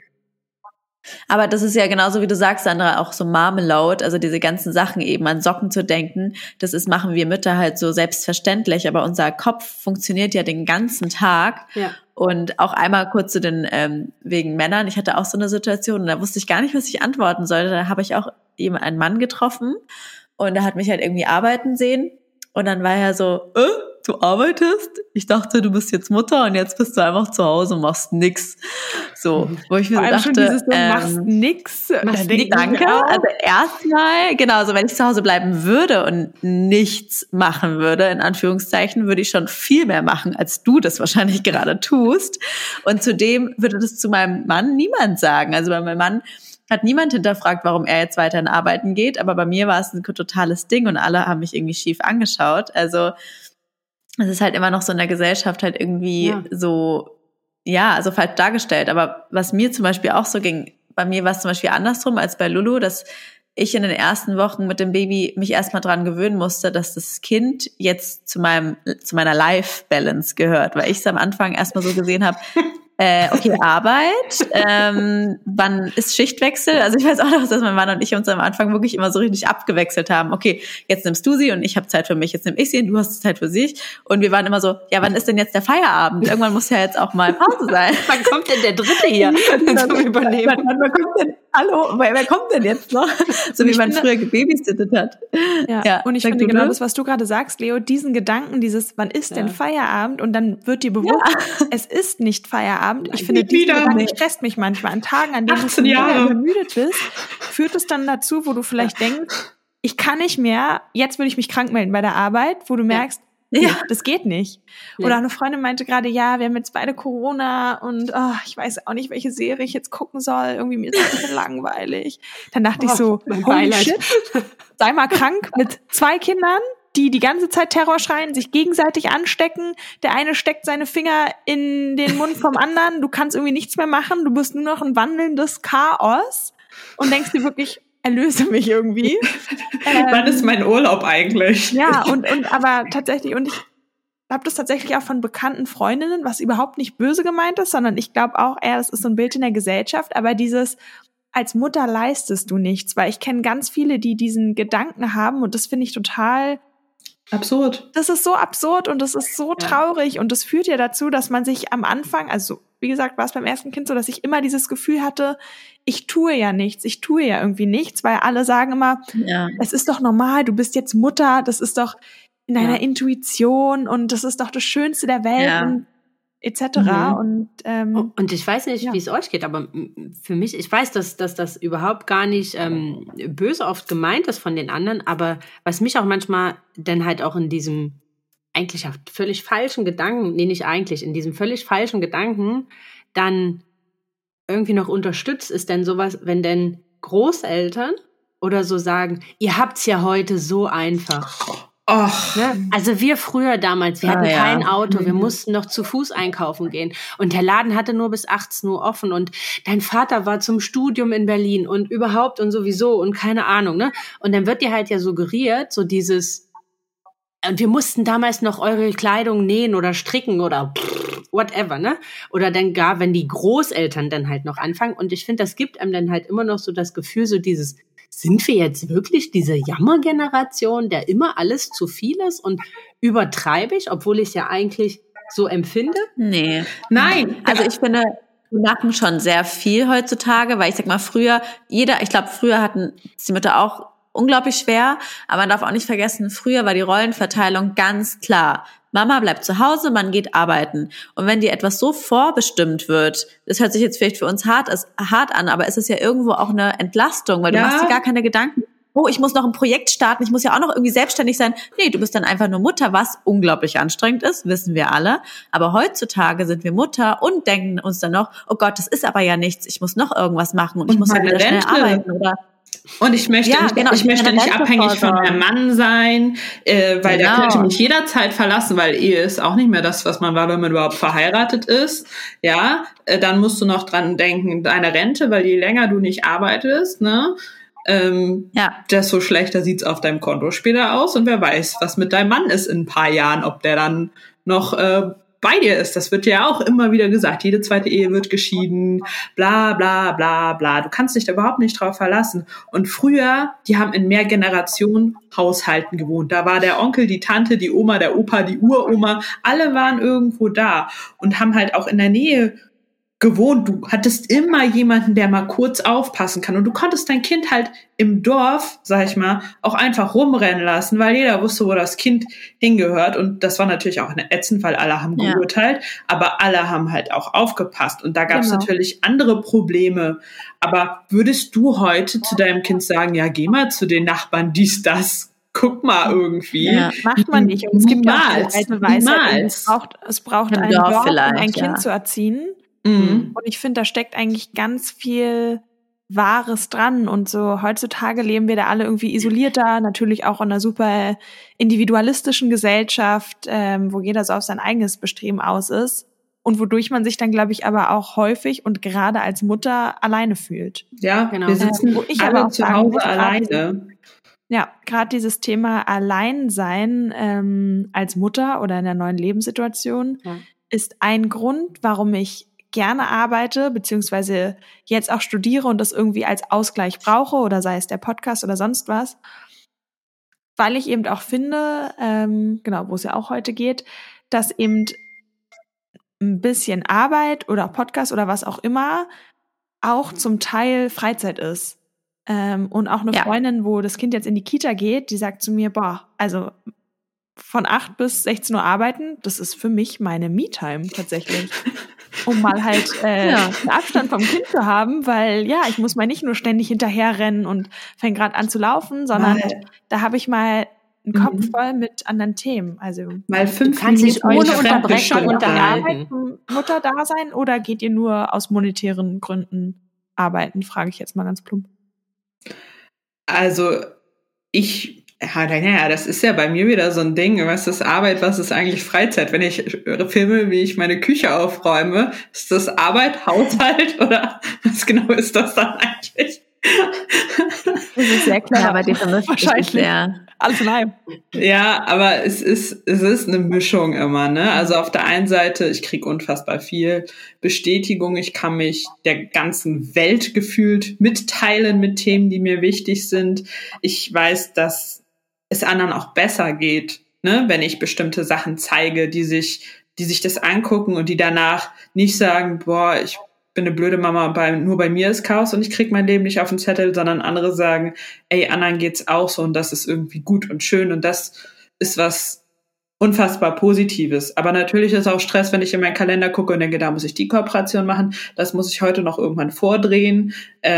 Aber das ist ja genauso, wie du sagst, Sandra, auch so Marmelade, also diese ganzen Sachen eben an Socken zu denken, machen wir Mütter halt so selbstverständlich, aber unser Kopf funktioniert ja den ganzen Tag. Ja. Und auch einmal kurz zu den, wegen Männern, ich hatte auch so eine Situation und da wusste ich gar nicht, was ich antworten sollte. Da habe ich auch eben einen Mann getroffen und der hat mich halt irgendwie arbeiten sehen und dann war er so, du arbeitest? Ich dachte, du bist jetzt Mutter und jetzt bist du einfach zu Hause und machst nix. So, wo ich mir dachte, schon dieses, du machst nix. Danke. Also erstmal, genau, so wenn ich zu Hause bleiben würde und nichts machen würde, in Anführungszeichen, würde ich schon viel mehr machen, als du das wahrscheinlich gerade tust. Und zudem würde das zu meinem Mann niemand sagen. Also bei meinem Mann hat niemand hinterfragt, warum er jetzt weiterhin arbeiten geht, aber bei mir war es ein totales Ding und alle haben mich irgendwie schief angeschaut. Also es ist halt immer noch so in der Gesellschaft halt irgendwie so, also falsch dargestellt. Aber was mir zum Beispiel auch so ging, bei mir war es zum Beispiel andersrum als bei Lulu, dass ich in den ersten Wochen mit dem Baby mich erstmal dran gewöhnen musste, dass das Kind jetzt zu meiner Life-Balance gehört, weil ich es am Anfang erstmal so gesehen habe, okay, Arbeit, wann ist Schichtwechsel? Also ich weiß auch noch, dass mein Mann und ich uns am Anfang wirklich immer so richtig abgewechselt haben. Okay, jetzt nimmst du sie und ich habe Zeit für mich, jetzt nehme ich sie und du hast Zeit für sich. Und wir waren immer so, ja, wann ist denn jetzt der Feierabend? Irgendwann muss ja jetzt auch mal Pause sein. Wann kommt denn der Dritte hier zum Übernehmen? Wer kommt denn jetzt noch? So wie man früher gebabysittet hat. Ja. Und ich finde genau das, was du gerade sagst, Leo, diesen Gedanken, wann ist denn Feierabend? Und dann wird dir bewusst, es ist nicht Feierabend. Ich finde, dieser Gedanke stresst mich manchmal. An Tagen, an denen du übermüdet bist, führt es dann dazu, wo du vielleicht denkst, ich kann nicht mehr, jetzt würde ich mich krank melden bei der Arbeit, wo du merkst, das geht nicht. Nee. Oder eine Freundin meinte gerade, wir haben jetzt beide Corona und ich weiß auch nicht, welche Serie ich jetzt gucken soll. Irgendwie mir ist das ein bisschen langweilig. Dann dachte ich so, holy shit, sei mal krank mit 2 Kindern, die ganze Zeit Terror schreien, sich gegenseitig anstecken. Der eine steckt seine Finger in den Mund vom anderen. Du kannst irgendwie nichts mehr machen. Du bist nur noch ein wandelndes Chaos und denkst dir wirklich, erlöse mich irgendwie. Wann ist mein Urlaub eigentlich? Ja, aber tatsächlich, und ich habe das tatsächlich auch von bekannten Freundinnen, was überhaupt nicht böse gemeint ist, sondern ich glaube auch, das ist so ein Bild in der Gesellschaft, aber als Mutter leistest du nichts, weil ich kenne ganz viele, die diesen Gedanken haben und das finde ich total absurd. Das ist so absurd und das ist so traurig und das führt ja dazu, dass man sich am Anfang, also wie gesagt, war es beim ersten Kind so, dass ich immer dieses Gefühl hatte, ich tue ja irgendwie nichts, weil alle sagen immer, es ist doch normal, du bist jetzt Mutter, das ist doch in deiner Intuition und das ist doch das Schönste der Welt und etc. Und ich weiß nicht, wie es euch geht, aber für mich, ich weiß, dass das überhaupt gar nicht böse oft gemeint ist von den anderen, aber was mich auch manchmal dann halt auch in diesem eigentlich völlig falschen Gedanken, in diesem völlig falschen Gedanken dann irgendwie noch unterstützt, ist denn sowas, wenn denn Großeltern oder so sagen, ihr habt's ja heute so einfach. Och. Ne? Also wir früher damals, wir hatten kein Auto, wir mussten noch zu Fuß einkaufen gehen und der Laden hatte nur bis 18 Uhr offen und dein Vater war zum Studium in Berlin und überhaupt und sowieso und keine Ahnung, ne? Und dann wird dir halt ja suggeriert, so dieses, und wir mussten damals noch eure Kleidung nähen oder stricken oder whatever, ne? Oder dann gar, wenn die Großeltern dann halt noch anfangen. Und ich finde, das gibt einem dann halt immer noch so das Gefühl, so dieses, sind wir jetzt wirklich diese Jammergeneration, der immer alles zu viel ist und übertreibe ich, obwohl ich ja eigentlich so empfinde? Nee. Nein. Also ich finde, wir machen schon sehr viel heutzutage, weil ich sag mal, früher hatten die Mütter auch unglaublich schwer, aber man darf auch nicht vergessen, früher war die Rollenverteilung ganz klar. Mama bleibt zu Hause, man geht arbeiten. Und wenn dir etwas so vorbestimmt wird, das hört sich jetzt vielleicht für uns hart an, aber es ist ja irgendwo auch eine Entlastung, weil du machst dir gar keine Gedanken, oh, ich muss noch ein Projekt starten, ich muss ja auch noch irgendwie selbstständig sein. Nee, du bist dann einfach nur Mutter, was unglaublich anstrengend ist, wissen wir alle. Aber heutzutage sind wir Mutter und denken uns dann noch, oh Gott, das ist aber ja nichts, ich muss noch irgendwas machen und ich muss halt wieder schnell arbeiten, oder? Und ich möchte nicht abhängig von meinem Mann sein, weil der könnte mich jederzeit verlassen, weil Ehe ist auch nicht mehr das, was man war, wenn man überhaupt verheiratet ist. Ja, dann musst du noch dran denken, deine Rente, weil je länger du nicht arbeitest, ne, desto schlechter sieht's auf deinem Konto später aus. Und wer weiß, was mit deinem Mann ist in ein paar Jahren, ob der dann noch bei dir ist. Das wird ja auch immer wieder gesagt. Jede zweite Ehe wird geschieden, bla bla bla bla. Du kannst dich da überhaupt nicht drauf verlassen. Und früher, die haben in Mehrgenerationen Haushalten gewohnt. Da war der Onkel, die Tante, die Oma, der Opa, die Uroma. Alle waren irgendwo da und haben halt auch in der Nähe gewohnt. Du hattest immer jemanden, der mal kurz aufpassen kann. Und du konntest dein Kind halt im Dorf, sag ich mal, auch einfach rumrennen lassen, weil jeder wusste, wo das Kind hingehört. Und das war natürlich auch eine ätzend, weil alle haben geurteilt, aber alle haben halt auch aufgepasst. Und da gab es natürlich andere Probleme. Aber würdest du heute zu deinem Kind sagen, ja, geh mal zu den Nachbarn, dies, das, guck mal irgendwie. Ja, macht man nicht. Und es gibt ja auch die alte Weisheit, es braucht ein Dorf, um ein Kind zu erziehen. Und ich finde, da steckt eigentlich ganz viel Wahres dran. Und so heutzutage leben wir da alle irgendwie isolierter, natürlich auch in einer super individualistischen Gesellschaft, wo jeder so auf sein eigenes Bestreben aus ist. Und wodurch man sich dann, glaube ich, aber auch häufig und gerade als Mutter alleine fühlt. Ja, genau. Wir sitzen alle zu Hause alleine. Ja, gerade dieses Thema Alleinsein als Mutter oder in einer neuen Lebenssituation ist ein Grund, warum ich gerne arbeite, beziehungsweise jetzt auch studiere und das irgendwie als Ausgleich brauche oder sei es der Podcast oder sonst was, weil ich eben auch finde, wo es ja auch heute geht, dass eben ein bisschen Arbeit oder Podcast oder was auch immer auch zum Teil Freizeit ist. Und auch eine Freundin, wo das Kind jetzt in die Kita geht, die sagt zu mir, also von 8 bis 16 Uhr arbeiten, das ist für mich meine Me-Time tatsächlich. Um mal halt einen Abstand vom Kind zu haben, weil ich muss mal nicht nur ständig hinterherrennen und fange gerade an zu laufen, sondern da habe ich mal einen Kopf voll mit anderen Themen. Also mal 5 Minuten ohne Unterbrechung unterhalten. Mutter da sein oder geht ihr nur aus monetären Gründen arbeiten, frage ich jetzt mal ganz plump. Also das ist ja bei mir wieder so ein Ding, was ist Arbeit, was ist eigentlich Freizeit? Wenn ich filme, wie ich meine Küche aufräume, ist das Arbeit, Haushalt oder was genau ist das dann eigentlich? Das ist sehr klar, aber die wahrscheinlich alles in einem. Ja, aber es ist eine Mischung immer, ne? Also auf der einen Seite, ich kriege unfassbar viel Bestätigung, ich kann mich der ganzen Welt gefühlt mitteilen mit Themen, die mir wichtig sind. Ich weiß, dass es anderen auch besser geht, ne? Wenn ich bestimmte Sachen zeige, die sich das angucken und die danach nicht sagen, ich bin eine blöde Mama, nur bei mir ist Chaos und ich krieg mein Leben nicht auf den Zettel, sondern andere sagen, ey, anderen geht's auch so und das ist irgendwie gut und schön und das ist was unfassbar Positives. Aber natürlich ist auch Stress, wenn ich in meinen Kalender gucke und denke, da muss ich die Kooperation machen, das muss ich heute noch irgendwann vordrehen.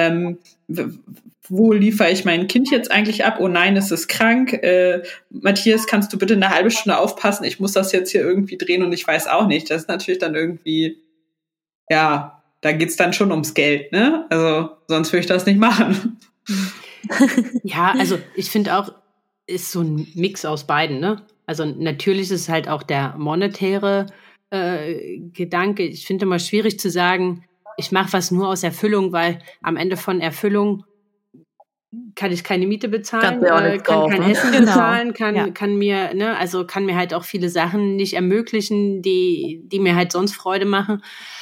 Wo liefere ich mein Kind jetzt eigentlich ab? Oh nein, es ist krank. Matthias, kannst du bitte eine halbe Stunde aufpassen? Ich muss das jetzt hier irgendwie drehen und ich weiß auch nicht. Das ist natürlich dann irgendwie, da geht's dann schon ums Geld, ne? Also sonst würde ich das nicht machen. Ja, also ich finde auch, ist so ein Mix aus beiden, ne? Also natürlich ist es halt auch der monetäre Gedanke. Ich finde immer schwierig zu sagen, ich mache was nur aus Erfüllung, weil am Ende von Erfüllung kann ich keine Miete bezahlen, kann kein Essen bezahlen, Genau. kann mir, ne, also kann mir halt auch viele Sachen nicht ermöglichen, die mir halt sonst Freude machen.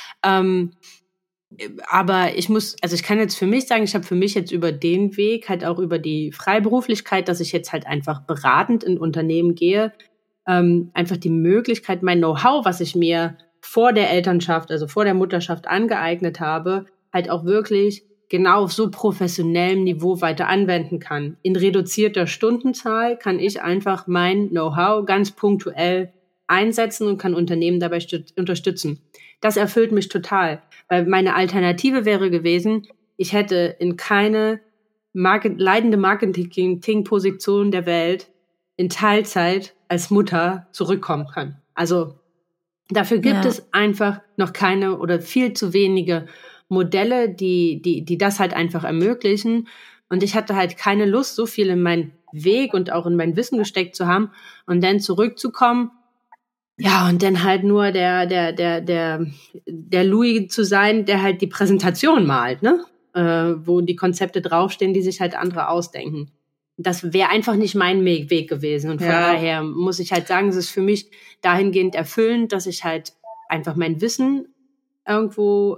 Aber ich kann jetzt für mich sagen, ich habe für mich jetzt über den Weg, halt auch über die Freiberuflichkeit, dass ich jetzt halt einfach beratend in Unternehmen gehe, einfach die Möglichkeit, mein Know-how, was ich mir vor der Elternschaft, also vor der Mutterschaft angeeignet habe, halt auch wirklich genau auf so professionellem Niveau weiter anwenden kann. In reduzierter Stundenzahl kann ich einfach mein Know-how ganz punktuell einsetzen und kann Unternehmen dabei unterstützen. Das erfüllt mich total, weil meine Alternative wäre gewesen, ich hätte in keine leidende Marketing-Position der Welt in Teilzeit als Mutter zurückkommen können. Also dafür gibt es einfach noch keine oder viel zu wenige Modelle, die das halt einfach ermöglichen. Und ich hatte halt keine Lust, so viel in meinen Weg und auch in mein Wissen gesteckt zu haben und dann zurückzukommen. Ja, und dann halt nur der Louis zu sein, der halt die Präsentation malt, ne? Wo die Konzepte draufstehen, die sich halt andere ausdenken. Das wäre einfach nicht mein Weg gewesen. Und von daher muss ich halt sagen, es ist für mich dahingehend erfüllend, dass ich halt einfach mein Wissen irgendwo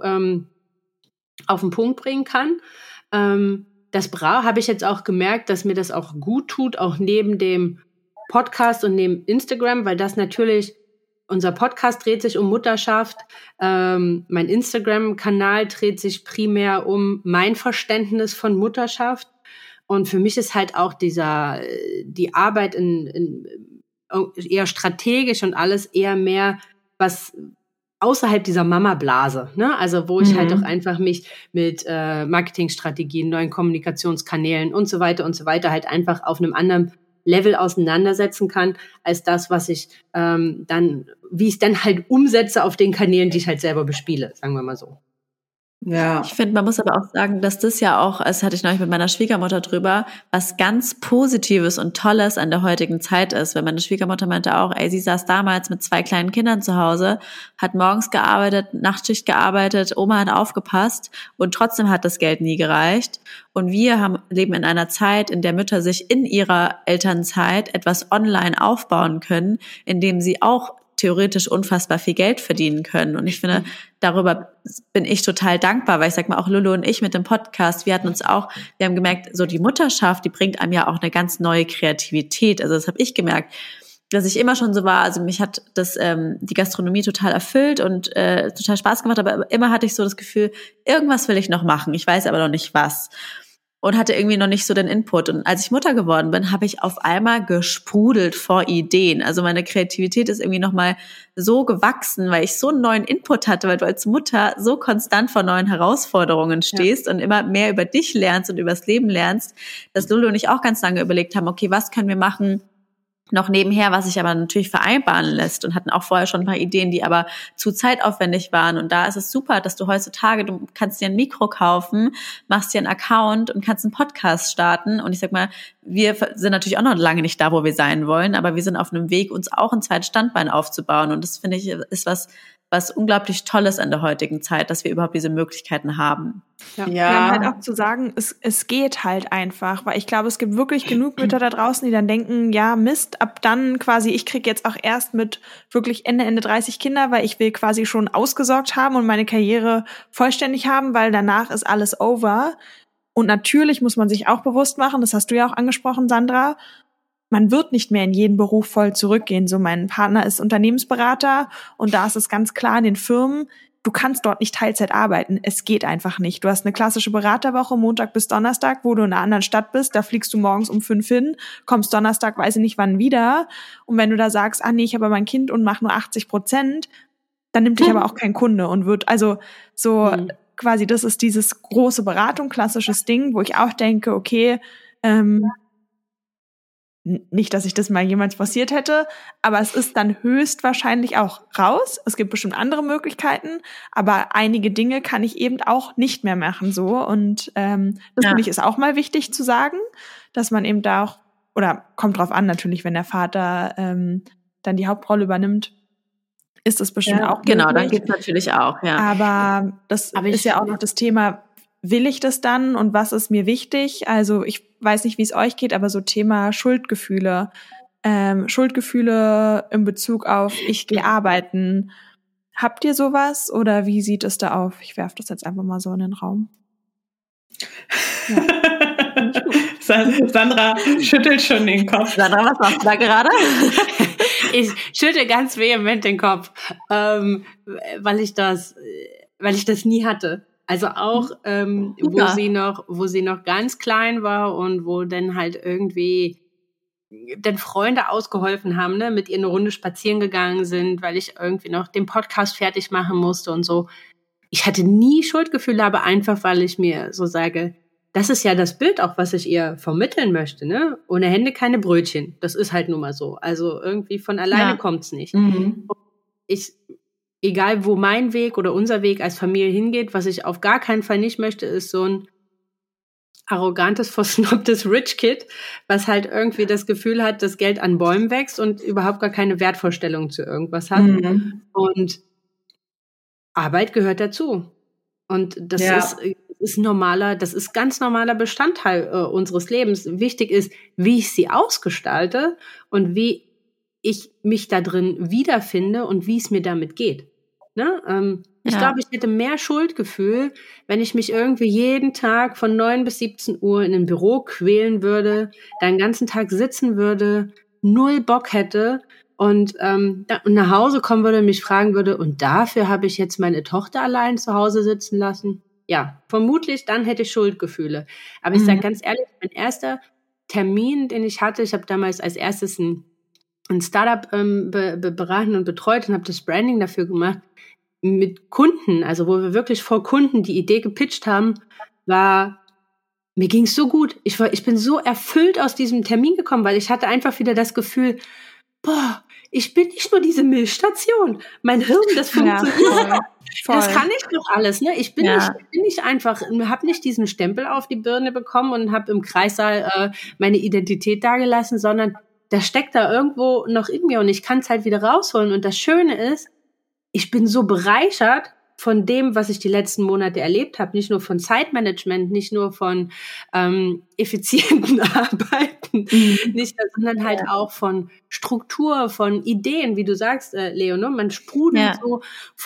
auf den Punkt bringen kann. Das habe ich jetzt auch gemerkt, dass mir das auch gut tut, auch neben dem Podcast und neben Instagram, weil das natürlich, unser Podcast dreht sich um Mutterschaft, mein Instagram-Kanal dreht sich primär um mein Verständnis von Mutterschaft. Und für mich ist halt auch die Arbeit in eher strategisch und alles eher mehr was außerhalb dieser Mama-Blase, ne? Also wo ich halt auch einfach mich mit Marketingstrategien, neuen Kommunikationskanälen und so weiter halt einfach auf einem anderen Level auseinandersetzen kann, als das, was ich wie ich es dann halt umsetze auf den Kanälen, die ich halt selber bespiele, sagen wir mal so. Ja. Ich finde, man muss aber auch sagen, dass das ja auch, das hatte ich neulich mit meiner Schwiegermutter drüber, was ganz Positives und Tolles an der heutigen Zeit ist. Weil meine Schwiegermutter meinte auch, sie saß damals mit 2 kleinen Kindern zu Hause, hat morgens gearbeitet, Nachtschicht gearbeitet, Oma hat aufgepasst und trotzdem hat das Geld nie gereicht. Und wir leben in einer Zeit, in der Mütter sich in ihrer Elternzeit etwas online aufbauen können, indem sie auch theoretisch unfassbar viel Geld verdienen können. Und ich finde, darüber bin ich total dankbar, weil ich sag mal, auch Lulu und ich mit dem Podcast, wir haben gemerkt, so die Mutterschaft, die bringt einem ja auch eine ganz neue Kreativität. Also das habe ich gemerkt, dass ich immer schon so war, also mich hat das die Gastronomie total erfüllt und total Spaß gemacht, aber immer hatte ich so das Gefühl, irgendwas will ich noch machen, ich weiß aber noch nicht was. Und hatte irgendwie noch nicht so den Input. Und als ich Mutter geworden bin, habe ich auf einmal gesprudelt vor Ideen. Also meine Kreativität ist irgendwie nochmal so gewachsen, weil ich so einen neuen Input hatte, weil du als Mutter so konstant vor neuen Herausforderungen stehst und immer mehr über dich lernst und übers Leben lernst, dass Lulu und ich auch ganz lange überlegt haben, okay, was können wir machen, noch nebenher, was sich aber natürlich vereinbaren lässt und hatten auch vorher schon ein paar Ideen, die aber zu zeitaufwendig waren. Und da ist es super, dass du heutzutage, du kannst dir ein Mikro kaufen, machst dir einen Account und kannst einen Podcast starten. Und ich sag mal, wir sind natürlich auch noch lange nicht da, wo wir sein wollen, aber wir sind auf einem Weg, uns auch ein zweites Standbein aufzubauen. Und das finde ich ist was unglaublich Tolles an der heutigen Zeit, dass wir überhaupt diese Möglichkeiten haben. Ja, halt auch zu sagen, es geht halt einfach, weil ich glaube, es gibt wirklich genug Mütter da draußen, die dann denken, ja Mist, ab dann quasi, ich kriege jetzt auch erst mit wirklich Ende 30 Kinder, weil ich will quasi schon ausgesorgt haben und meine Karriere vollständig haben, weil danach ist alles over. Und natürlich muss man sich auch bewusst machen, das hast du ja auch angesprochen, Sandra, man wird nicht mehr in jeden Beruf voll zurückgehen. So, mein Partner ist Unternehmensberater und da ist es ganz klar in den Firmen, du kannst dort nicht Teilzeit arbeiten. Es geht einfach nicht. Du hast eine klassische Beraterwoche, Montag bis Donnerstag, wo du in einer anderen Stadt bist. Da fliegst du morgens um 5 hin, kommst Donnerstag, weiß ich nicht wann wieder. Und wenn du da sagst, nee, ich habe mein Kind und mache nur 80%, dann nimmt dich aber auch kein Kunde und wird, also so quasi, das ist dieses große Beratung, klassisches Ding, wo ich auch denke, okay, nicht, dass ich das mal jemals passiert hätte, aber es ist dann höchstwahrscheinlich auch raus. Es gibt bestimmt andere Möglichkeiten, aber einige Dinge kann ich eben auch nicht mehr machen so. Und das finde ich ist auch mal wichtig zu sagen, dass man eben da auch, oder kommt drauf an natürlich, wenn der Vater dann die Hauptrolle übernimmt, ist das bestimmt auch möglich. Genau, dann geht's natürlich auch, ja. Aber das ist ja auch noch das Thema, will ich das dann und was ist mir wichtig? Also ich weiß nicht, wie es euch geht, aber so Thema Schuldgefühle. Schuldgefühle in Bezug auf ich gehe arbeiten. Habt ihr sowas oder wie sieht es da auf? Ich werfe das jetzt einfach mal so in den Raum. Ja. Sandra schüttelt schon den Kopf. Sandra, was machst du da gerade? Ich schüttel ganz vehement den Kopf, weil ich das nie hatte. Also auch, wo sie noch ganz klein war und wo dann halt irgendwie dann Freunde ausgeholfen haben, ne, mit ihr eine Runde spazieren gegangen sind, weil ich irgendwie noch den Podcast fertig machen musste und so. Ich hatte nie Schuldgefühle, aber einfach, weil ich mir so sage, das ist ja das Bild auch, was ich ihr vermitteln möchte, ne? Ohne Hände keine Brötchen. Das ist halt nun mal so. Also irgendwie von alleine kommt's nicht. Mhm. Egal wo mein Weg oder unser Weg als Familie hingeht, was ich auf gar keinen Fall nicht möchte, ist so ein arrogantes, versnobtes Rich Kid, was halt irgendwie das Gefühl hat, dass Geld an Bäumen wächst und überhaupt gar keine Wertvorstellung zu irgendwas hat. Mhm. Und Arbeit gehört dazu. Und das ist ganz normaler Bestandteil unseres Lebens. Wichtig ist, wie ich sie ausgestalte und wie ich mich da drin wiederfinde und wie es mir damit geht. Ne? Ich glaube, ich hätte mehr Schuldgefühl, wenn ich mich irgendwie jeden Tag von 9 bis 17 Uhr in ein Büro quälen würde, da den ganzen Tag sitzen würde, null Bock hätte und nach Hause kommen würde und mich fragen würde, und dafür habe ich jetzt meine Tochter allein zu Hause sitzen lassen? Ja, vermutlich, dann hätte ich Schuldgefühle. Aber ich sage ganz ehrlich, mein erster Termin, den ich hatte, ich habe damals als erstes ein Startup beraten und betreut und habe das Branding dafür gemacht, mit Kunden, also wo wir wirklich vor Kunden die Idee gepitcht haben, mir ging's so gut. Ich bin so erfüllt aus diesem Termin gekommen, weil ich hatte einfach wieder das Gefühl, ich bin nicht nur diese Milchstation. Mein Hirn, das funktioniert. Ja, das kann ich doch alles, ne? Ich bin nicht einfach, habe nicht diesen Stempel auf die Birne bekommen und habe im Kreissaal meine Identität dagelassen, sondern das steckt da irgendwo noch in mir und ich kann es halt wieder rausholen. Und das Schöne ist, ich bin so bereichert von dem, was ich die letzten Monate erlebt habe, nicht nur von Zeitmanagement, nicht nur von effizienten Arbeiten, sondern halt auch von Struktur, von Ideen, wie du sagst, Leo, ne? Man sprudelt so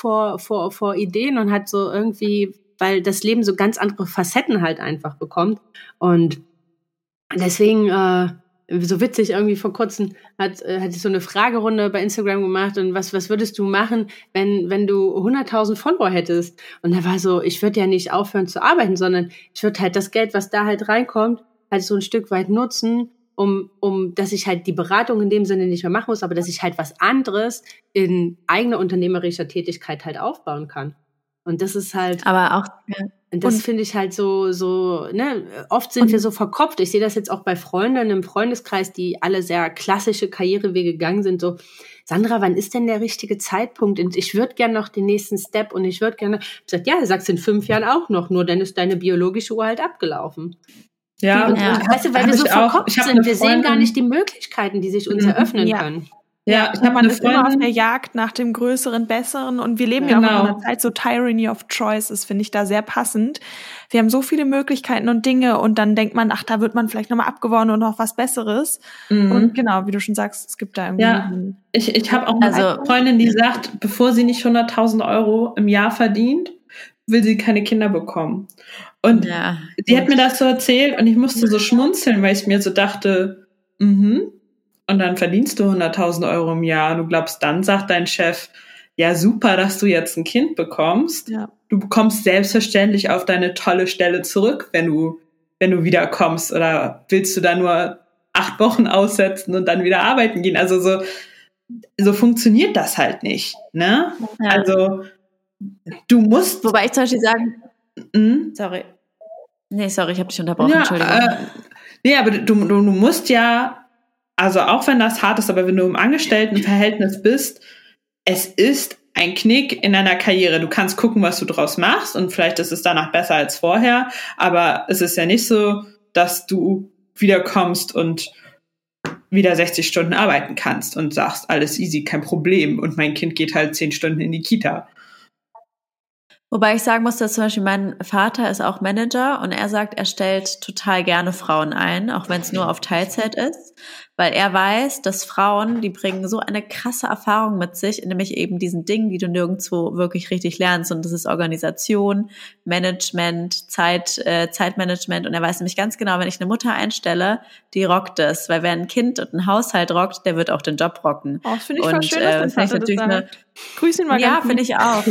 vor Ideen und hat so irgendwie, weil das Leben so ganz andere Facetten halt einfach bekommt. Und deswegen so witzig, irgendwie vor kurzem hatte ich so eine Fragerunde bei Instagram gemacht und was würdest du machen, wenn du 100.000 Follower hättest? Und da war so, ich würde ja nicht aufhören zu arbeiten, sondern ich würde halt das Geld, was da halt reinkommt, halt so ein Stück weit nutzen, um dass ich halt die Beratung in dem Sinne nicht mehr machen muss, aber dass ich halt was anderes in eigener unternehmerischer Tätigkeit halt aufbauen kann. Und das ist halt... Aber auch... Und das finde ich halt so, ne, oft sind wir so verkopft. Ich sehe das jetzt auch bei Freunden im Freundeskreis, die alle sehr klassische Karrierewege gegangen sind, so, Sandra, wann ist denn der richtige Zeitpunkt? Und ich würde gerne noch den nächsten Step und ich würde gerne, ich sag, ja, du sagst in 5 Jahren auch noch, nur dann ist deine biologische Uhr halt abgelaufen. Ja, und weißt du, weil wir so verkopft sind, wir sehen gar nicht die Möglichkeiten, die sich uns eröffnen können. Ja, man ist immer auf der Jagd nach dem Größeren, Besseren und wir leben ja auch in einer Zeit, so Tyranny of Choices, finde ich da sehr passend. Wir haben so viele Möglichkeiten und Dinge und dann denkt man, ach, da wird man vielleicht nochmal abgeworben und noch was Besseres. Und genau, wie du schon sagst, es gibt da irgendwie... Ja, ich habe auch eine Freundin, die sagt, bevor sie nicht 100.000 Euro im Jahr verdient, will sie keine Kinder bekommen. Und die hat mir das so erzählt und ich musste so schmunzeln, weil ich mir so dachte, und dann verdienst du 100.000 Euro im Jahr. Du glaubst, dann sagt dein Chef, ja super, dass du jetzt ein Kind bekommst. Ja. Du bekommst selbstverständlich auf deine tolle Stelle zurück, wenn du wiederkommst. Oder willst du da nur 8 Wochen aussetzen und dann wieder arbeiten gehen? Also so funktioniert das halt nicht. Ne? Ja. Also du musst... Wobei ich zum Beispiel sagen... Sorry. Nee, sorry, ich habe dich unterbrochen. Entschuldigung. Nee, aber du musst ja... Also auch wenn das hart ist, aber wenn du im Angestelltenverhältnis bist, es ist ein Knick in deiner Karriere. Du kannst gucken, was du draus machst und vielleicht ist es danach besser als vorher, aber es ist ja nicht so, dass du wiederkommst und wieder 60 Stunden arbeiten kannst und sagst, alles easy, kein Problem und mein Kind geht halt 10 Stunden in die Kita. Wobei ich sagen muss, dass zum Beispiel mein Vater ist auch Manager und er sagt, er stellt total gerne Frauen ein, auch wenn es nur auf Teilzeit ist, weil er weiß, dass Frauen, die bringen so eine krasse Erfahrung mit sich, nämlich eben diesen Dingen, die du nirgendwo wirklich richtig lernst, und das ist Organisation, Management, Zeitmanagement, und er weiß nämlich ganz genau, wenn ich eine Mutter einstelle, die rockt es, weil wer ein Kind und ein Haushalt rockt, der wird auch den Job rocken. Oh, das finde ich voll schön, dass dein Vater das sagt. Grüß ihn mal ja, ganz finde ich auch.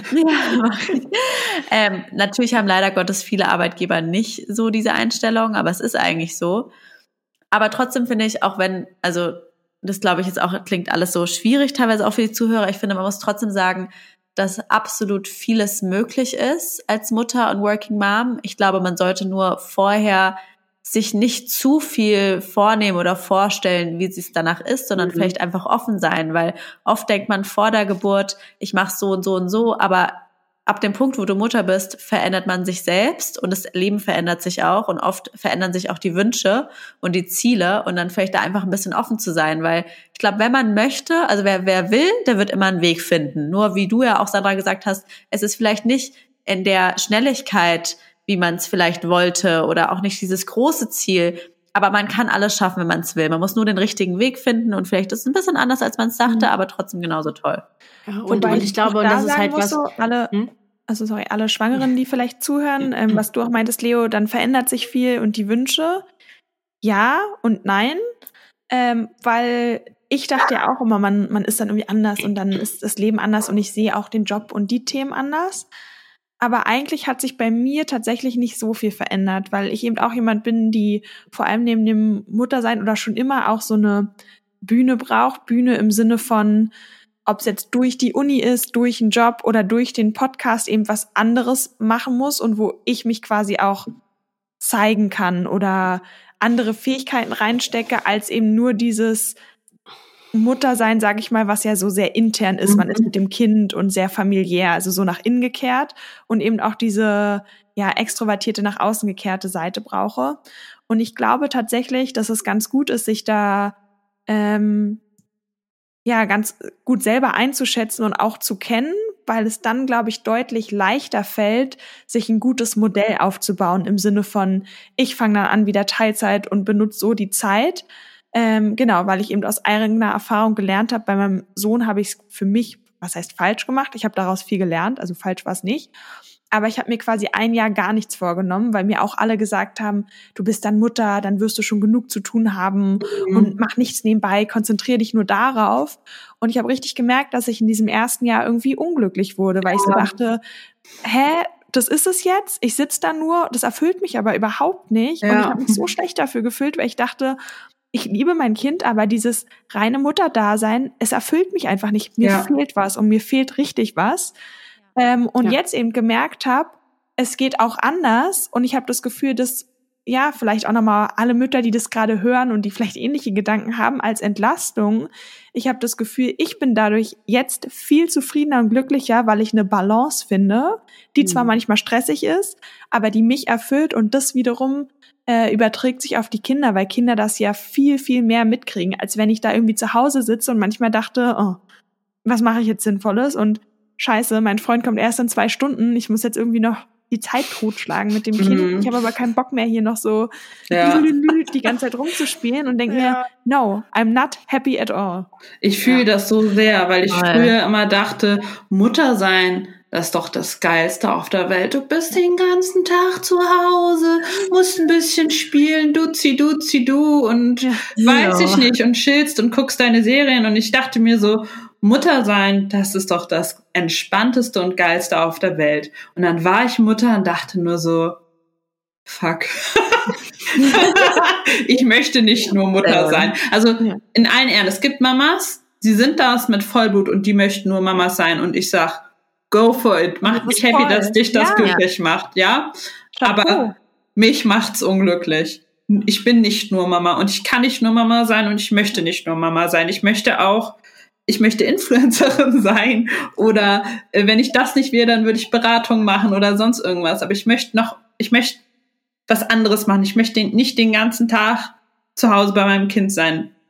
Natürlich haben leider Gottes viele Arbeitgeber nicht so diese Einstellung, aber es ist eigentlich so. Aber trotzdem finde ich, auch wenn, also das glaube ich jetzt auch, klingt alles so schwierig, teilweise auch für die Zuhörer, ich finde, man muss trotzdem sagen, dass absolut vieles möglich ist als Mutter und Working Mom. Ich glaube, man sollte nur vorher sich nicht zu viel vornehmen oder vorstellen, wie es danach ist, sondern vielleicht einfach offen sein, weil oft denkt man vor der Geburt, ich mache so und so und so, aber ab dem Punkt, wo du Mutter bist, verändert man sich selbst und das Leben verändert sich auch und oft verändern sich auch die Wünsche und die Ziele und dann vielleicht da einfach ein bisschen offen zu sein, weil ich glaube, wenn man möchte, also wer will, der wird immer einen Weg finden. Nur wie du ja auch, Sandra, gesagt hast, es ist vielleicht nicht in der Schnelligkeit, wie man es vielleicht wollte oder auch nicht dieses große Ziel, aber man kann alles schaffen, wenn man es will. Man muss nur den richtigen Weg finden und vielleicht ist es ein bisschen anders, als man es dachte, aber trotzdem genauso toll. Ja, und ich glaube, und das ist halt was... So, alle Schwangeren, die vielleicht zuhören, was du auch meintest, Leo, dann verändert sich viel und die Wünsche, ja und nein, weil ich dachte ja auch immer, man ist dann irgendwie anders und dann ist das Leben anders und ich sehe auch den Job und die Themen anders. Aber eigentlich hat sich bei mir tatsächlich nicht so viel verändert, weil ich eben auch jemand bin, die vor allem neben dem Muttersein oder schon immer auch so eine Bühne braucht. Bühne im Sinne von, ob es jetzt durch die Uni ist, durch einen Job oder durch den Podcast eben was anderes machen muss und wo ich mich quasi auch zeigen kann oder andere Fähigkeiten reinstecke, als eben nur dieses Muttersein, sage ich mal, was ja so sehr intern ist. Man ist mit dem Kind und sehr familiär, also so nach innen gekehrt und eben auch diese extrovertierte, nach außen gekehrte Seite brauche. Und ich glaube tatsächlich, dass es ganz gut ist, sich da ganz gut selber einzuschätzen und auch zu kennen, weil es dann, glaube ich, deutlich leichter fällt, sich ein gutes Modell aufzubauen im Sinne von, ich fange dann an wieder Teilzeit und benutze so die Zeit. Weil ich eben aus eigener Erfahrung gelernt habe, bei meinem Sohn habe ich es für mich, was heißt falsch gemacht, ich habe daraus viel gelernt, also falsch war es nicht, aber ich habe mir quasi ein Jahr gar nichts vorgenommen, weil mir auch alle gesagt haben, du bist dann Mutter, dann wirst du schon genug zu tun haben und mach nichts nebenbei, konzentriere dich nur darauf. Und ich habe richtig gemerkt, dass ich in diesem ersten Jahr irgendwie unglücklich wurde, weil ich so dachte, das ist es jetzt, ich sitze da nur, das erfüllt mich aber überhaupt nicht und ich habe mich so schlecht dafür gefühlt, weil ich dachte, ich liebe mein Kind, aber dieses reine Mutterdasein, es erfüllt mich einfach nicht. Mir fehlt was und mir fehlt richtig was. Jetzt eben gemerkt habe, es geht auch anders und ich habe das Gefühl, dass vielleicht auch nochmal alle Mütter, die das gerade hören und die vielleicht ähnliche Gedanken haben, als Entlastung. Ich habe das Gefühl, ich bin dadurch jetzt viel zufriedener und glücklicher, weil ich eine Balance finde, die zwar manchmal stressig ist, aber die mich erfüllt und das wiederum überträgt sich auf die Kinder, weil Kinder das ja viel, viel mehr mitkriegen, als wenn ich da irgendwie zu Hause sitze und manchmal dachte, oh, was mache ich jetzt Sinnvolles? Und scheiße, mein Freund kommt erst in 2 Stunden, ich muss jetzt irgendwie noch die Zeit totschlagen mit dem Kind. Ich habe aber keinen Bock mehr, hier noch so die ganze Zeit rumzuspielen und denke mir, no, I'm not happy at all. Ich fühle das so sehr, weil ich früher immer dachte, Mutter sein, das ist doch das Geilste auf der Welt. Du bist den ganzen Tag zu Hause, musst ein bisschen spielen, du und weiß ich nicht und chillst und guckst deine Serien. Und ich dachte mir so, Mutter sein, das ist doch das Entspannteste und Geilste auf der Welt. Und dann war ich Mutter und dachte nur so, fuck. Ich möchte nicht nur Mutter sein. Also in allen Ehren, es gibt Mamas, die sind das mit Vollblut und die möchten nur Mamas sein. Und ich sag, go for it. Macht mich happy, dass dich das glücklich macht, ja? Aber mich macht's unglücklich. Ich bin nicht nur Mama und ich kann nicht nur Mama sein und ich möchte nicht nur Mama sein. Ich möchte Influencerin sein oder wenn ich das nicht wäre, dann würde ich Beratung machen oder sonst irgendwas. Aber ich möchte was anderes machen. Ich möchte nicht den ganzen Tag zu Hause bei meinem Kind sein.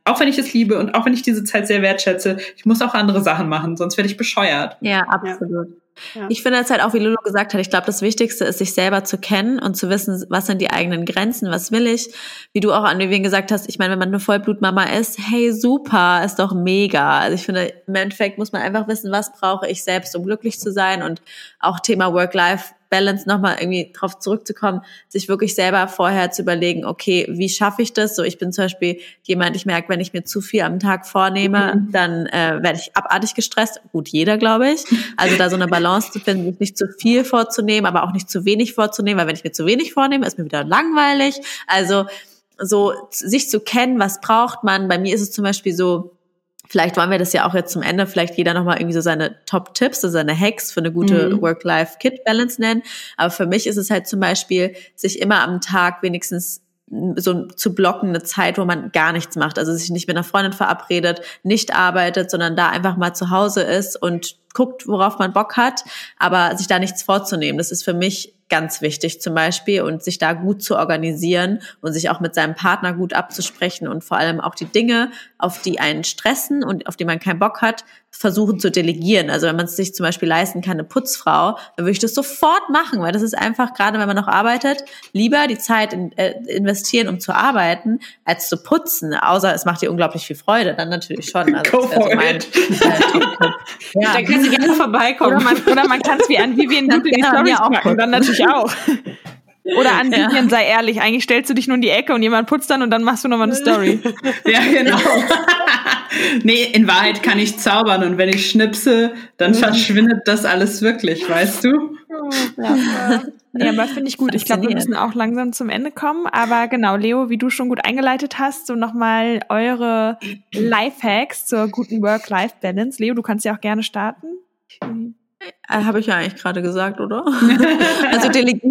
Auch wenn ich es liebe und auch wenn ich diese Zeit sehr wertschätze, ich muss auch andere Sachen machen, sonst werde ich bescheuert. Ja, absolut. Ja. Ich finde es halt auch, wie Lulu gesagt hat, ich glaube, das Wichtigste ist, sich selber zu kennen und zu wissen, was sind die eigenen Grenzen, was will ich. Wie du auch an Vivian gesagt hast, ich meine, wenn man eine Vollblutmama ist, hey, super, ist doch mega. Also ich finde, im Endeffekt muss man einfach wissen, was brauche ich selbst, um glücklich zu sein, und auch Thema Work-Life-Balance nochmal irgendwie drauf zurückzukommen, sich wirklich selber vorher zu überlegen, okay, wie schaffe ich das? So, ich bin zum Beispiel jemand, ich merke, wenn ich mir zu viel am Tag vornehme, dann werde ich abartig gestresst. Gut, jeder, glaube ich. Also da so eine Balance zu finden, sich nicht zu viel vorzunehmen, aber auch nicht zu wenig vorzunehmen, weil wenn ich mir zu wenig vornehme, ist mir wieder langweilig. Also so sich zu kennen, was braucht man. Bei mir ist es zum Beispiel so, vielleicht wollen wir das ja auch jetzt zum Ende, vielleicht jeder nochmal irgendwie so seine Top-Tipps, so seine Hacks für eine gute Work-Life-Kid-Balance nennen. Aber für mich ist es halt zum Beispiel, sich immer am Tag wenigstens so zu blocken, eine Zeit, wo man gar nichts macht. Also sich nicht mit einer Freundin verabredet, nicht arbeitet, sondern da einfach mal zu Hause ist und guckt, worauf man Bock hat, aber sich da nichts vorzunehmen. Das ist für mich ganz wichtig zum Beispiel, und sich da gut zu organisieren und sich auch mit seinem Partner gut abzusprechen und vor allem auch die Dinge, auf die einen stressen und auf die man keinen Bock hat, versuchen zu delegieren. Also wenn man es sich zum Beispiel leisten kann, eine Putzfrau, dann würde ich das sofort machen, weil das ist einfach, gerade wenn man noch arbeitet, lieber die Zeit investieren, um zu arbeiten, als zu putzen. Außer es macht dir unglaublich viel Freude, dann natürlich schon. Also Go for it. Ja. Da kannst du gerne vorbeikommen. Oder man kann es wie an Vivian in die Storys packen, dann natürlich auch. Oder an Vivian, sei ehrlich, eigentlich stellst du dich nur in die Ecke und jemand putzt dann und dann machst du nochmal eine Story. Ja, genau. Nee, in Wahrheit kann ich zaubern, und wenn ich schnipse, dann verschwindet das alles wirklich, weißt du? Ja. Nee, aber finde ich gut. Ich glaube, wir müssen auch langsam zum Ende kommen. Aber genau, Leo, wie du schon gut eingeleitet hast, so nochmal eure Lifehacks zur guten Work-Life-Balance. Leo, du kannst ja auch gerne starten. Habe ich ja eigentlich gerade gesagt, oder? Also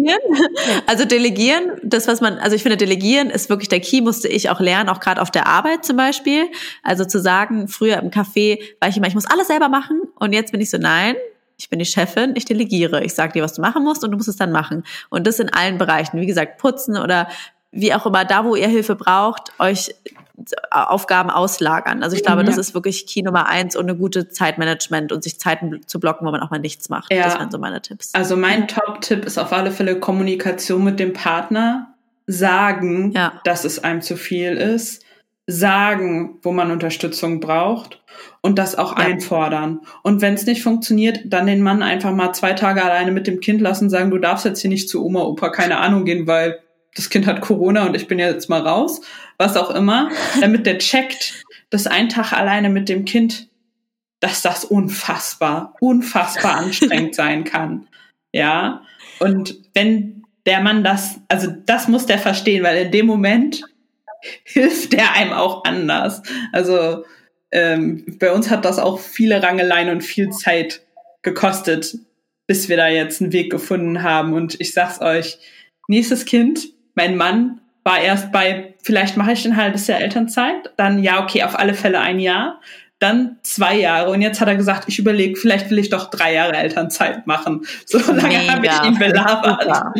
delegieren, das, was man, also ich finde, delegieren ist wirklich der Key, musste ich auch lernen, auch gerade auf der Arbeit zum Beispiel. Also zu sagen, früher im Café war ich immer, ich muss alles selber machen, und jetzt bin ich so, nein, ich bin die Chefin, ich delegiere. Ich sage dir, was du machen musst, und du musst es dann machen. Und das in allen Bereichen, wie gesagt, putzen oder wie auch immer, da wo ihr Hilfe braucht, euch Aufgaben auslagern. Also ich glaube, das ist wirklich Key Nummer 1 und eine gute Zeitmanagement und sich Zeiten zu blocken, wo man auch mal nichts macht. Ja. Das wären so meine Tipps. Also mein Top-Tipp ist auf alle Fälle Kommunikation mit dem Partner. Sagen, dass es einem zu viel ist. Sagen, wo man Unterstützung braucht, und das auch einfordern. Und wenn es nicht funktioniert, dann den Mann einfach mal 2 Tage alleine mit dem Kind lassen, sagen, du darfst jetzt hier nicht zu Oma, Opa, keine Ahnung gehen, weil das Kind hat Corona und ich bin jetzt mal raus, was auch immer, damit der checkt, dass ein Tag alleine mit dem Kind, dass das unfassbar anstrengend sein kann. Ja, und wenn der Mann das muss der verstehen, weil in dem Moment hilft der einem auch anders. Also bei uns hat das auch viele Rangeleien und viel Zeit gekostet, bis wir da jetzt einen Weg gefunden haben. Und ich sag's euch, nächstes Kind, mein Mann war erst bei, vielleicht mache ich ein halbes Jahr Elternzeit, dann auf alle Fälle 1 Jahr, dann 2 Jahre, und jetzt hat er gesagt, ich überlege, vielleicht will ich doch 3 Jahre Elternzeit machen. So lange habe ich ihn belabert.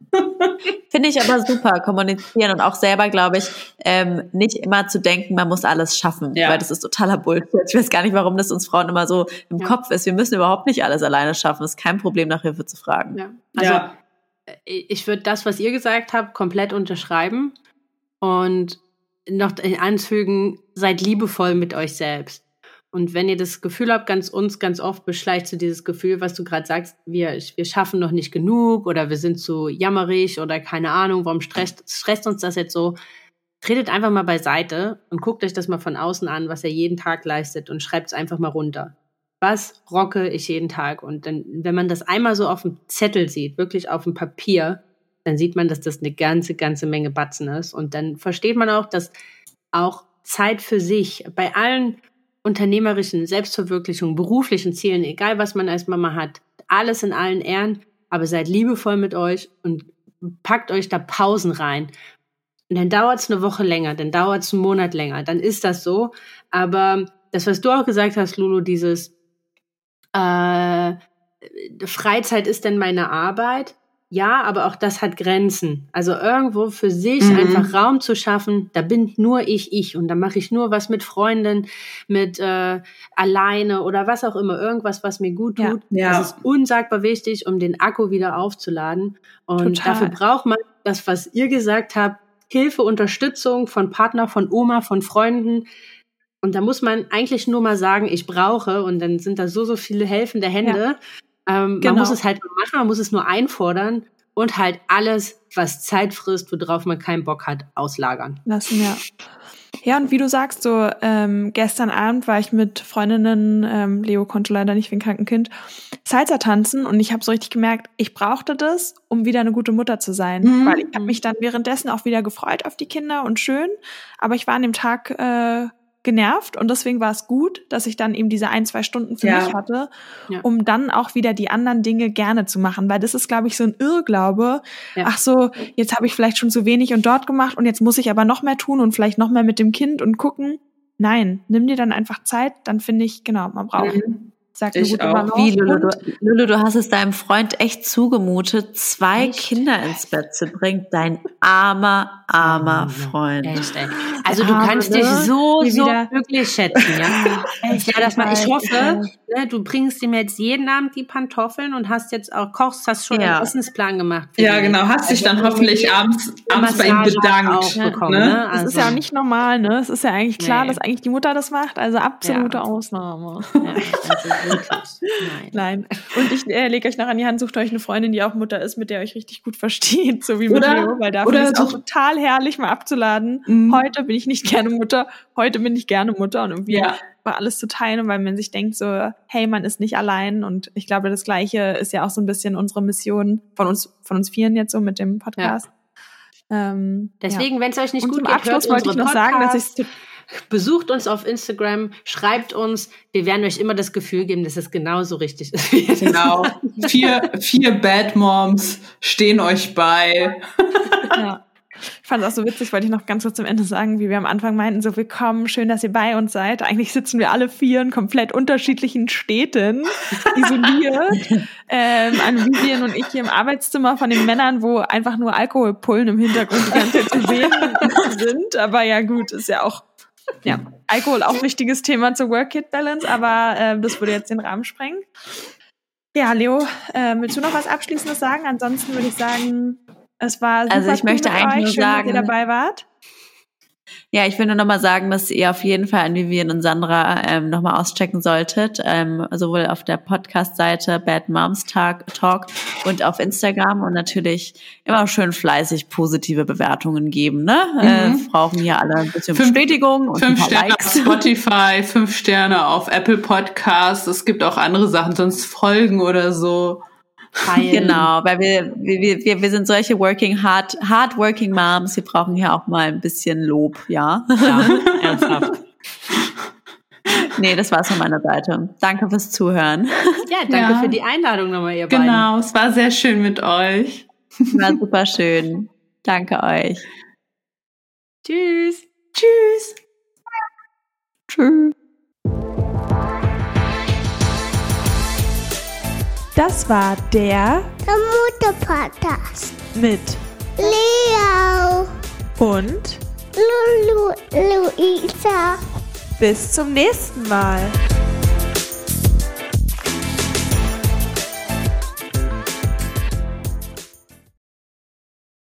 Finde ich aber super, kommunizieren und auch selber, glaube ich, nicht immer zu denken, man muss alles schaffen, weil das ist totaler Bullshit. Ich weiß gar nicht, warum das uns Frauen immer so im Kopf ist. Wir müssen überhaupt nicht alles alleine schaffen. Es ist kein Problem, nach Hilfe zu fragen. Ja. Also ich würde das, was ihr gesagt habt, komplett unterschreiben und noch anfügen, seid liebevoll mit euch selbst. Und wenn ihr das Gefühl habt, ganz oft beschleicht so dieses Gefühl, was du gerade sagst, wir schaffen noch nicht genug oder wir sind zu jammerig oder keine Ahnung, warum stresst uns das jetzt so? Tretet einfach mal beiseite und guckt euch das mal von außen an, was ihr jeden Tag leistet, und schreibt es einfach mal runter. Was rocke ich jeden Tag? Und dann, wenn man das einmal so auf dem Zettel sieht, wirklich auf dem Papier, dann sieht man, dass das eine ganze Menge Batzen ist. Und dann versteht man auch, dass auch Zeit für sich bei allen unternehmerischen Selbstverwirklichungen, beruflichen Zielen, egal was man als Mama hat, alles in allen Ehren, aber seid liebevoll mit euch und packt euch da Pausen rein. Und dann dauert es eine Woche länger, dann dauert es einen Monat länger, dann ist das so. Aber das, was du auch gesagt hast, Lulu, dieses Freizeit ist denn meine Arbeit, ja, aber auch das hat Grenzen. Also irgendwo für sich einfach Raum zu schaffen, da bin nur ich und da mache ich nur was mit Freunden, mit alleine oder was auch immer, irgendwas, was mir gut tut. Ja. Das ist unsagbar wichtig, um den Akku wieder aufzuladen. Und dafür braucht man das, was ihr gesagt habt, Hilfe, Unterstützung von Partner, von Oma, von Freunden. Und da muss man eigentlich nur mal sagen, ich brauche, und dann sind da so viele helfende Hände. Man muss es halt nur machen, man muss es nur einfordern und halt alles, was Zeit frisst, worauf man keinen Bock hat, auslagern. Lassen, ja. Ja, und wie du sagst, so gestern Abend war ich mit Freundinnen, Leo konnte leider nicht wegen kranken Kind, Salsa tanzen und ich habe so richtig gemerkt, ich brauchte das, um wieder eine gute Mutter zu sein. Weil ich habe mich dann währenddessen auch wieder gefreut auf die Kinder und schön, aber ich war an dem Tag genervt und deswegen war es gut, dass ich dann eben diese 1-2 Stunden für mich hatte, um dann auch wieder die anderen Dinge gerne zu machen, weil das ist, glaube ich, so ein Irrglaube. Ach so, jetzt habe ich vielleicht schon zu wenig und dort gemacht und jetzt muss ich aber noch mehr tun und vielleicht noch mehr mit dem Kind und gucken. Nein, nimm dir dann einfach Zeit, dann finde ich, genau, man braucht sagt eine gute Balance. Wie, Lulu, du hast es deinem Freund echt zugemutet, 2 Kinder ins Bett zu bringen. Dein armer Freund. Echt, ey. Also du kannst dich so glücklich schätzen, ja. Ich hoffe, du bringst ihm jetzt jeden Abend die Pantoffeln und hast jetzt auch hast schon einen Essensplan gemacht. Ja, genau. Hast dich dann hoffentlich abends bei ihm bedankt. Ne? Das ist ja auch nicht normal, ne? Es ist ja eigentlich klar, dass eigentlich die Mutter das macht. Also absolute Ausnahme. Nein. Und ich lege euch noch an die Hand, sucht euch eine Freundin, die auch Mutter ist, mit der ihr euch richtig gut versteht, so wie mit Leo, weil dafür ist es auch total herrlich, mal abzuladen. Heute bin ich nicht gerne Mutter, heute bin ich gerne Mutter und irgendwie war alles zu teilen, weil man sich denkt so, hey, man ist nicht allein und ich glaube, das Gleiche ist ja auch so ein bisschen unsere Mission von uns Vieren jetzt so mit dem Podcast. Deswegen, wenn es euch nicht gut geht, zum Abschluss wollte ich noch sagen, dass ich besucht uns auf Instagram, schreibt uns, wir werden euch immer das Gefühl geben, dass es genauso richtig ist. Genau. 4 Bad Moms stehen euch bei. Ja. Ich fand es auch so witzig, wollte ich noch ganz kurz zum Ende sagen, wie wir am Anfang meinten, so willkommen, schön, dass ihr bei uns seid. Eigentlich sitzen wir alle 4 in komplett unterschiedlichen Städten, isoliert. An Vivian und ich hier im Arbeitszimmer von den Männern, wo einfach nur Alkoholpullen im Hintergrund die ganze Zeit zu sehen sind. Aber ja gut, ist ja auch Alkohol auch ein wichtiges Thema zur Work-Kid-Balance, aber das würde jetzt den Rahmen sprengen. Ja, Leo, willst du noch was Abschließendes sagen? Ansonsten würde ich sagen, es war super. Also ich möchte eigentlich nur sagen, dass ihr dabei wart. Ja, ich will nur nochmal sagen, dass ihr auf jeden Fall an Vivian und Sandra nochmal auschecken solltet, sowohl auf der Podcast-Seite Bad Moms Talk und auf Instagram und natürlich immer schön fleißig positive Bewertungen geben, ne? Brauchen hier alle ein bisschen Bestätigung und 5 Sterne auf Spotify, 5 Sterne auf Apple Podcasts, es gibt auch andere Sachen, sonst Folgen oder so. Genau, weil wir sind solche hardworking Moms, wir brauchen hier auch mal ein bisschen Lob, ja. Ja, ernsthaft. Nee, das war's von meiner Seite. Danke fürs Zuhören. Ja, danke für die Einladung nochmal, ihr beiden. Genau, es war sehr schön mit euch. War super schön. Danke euch. Tschüss. Tschüss. Tschüss. Das war der Mutter-Podcast mit Leo und Luisa. Bis zum nächsten Mal.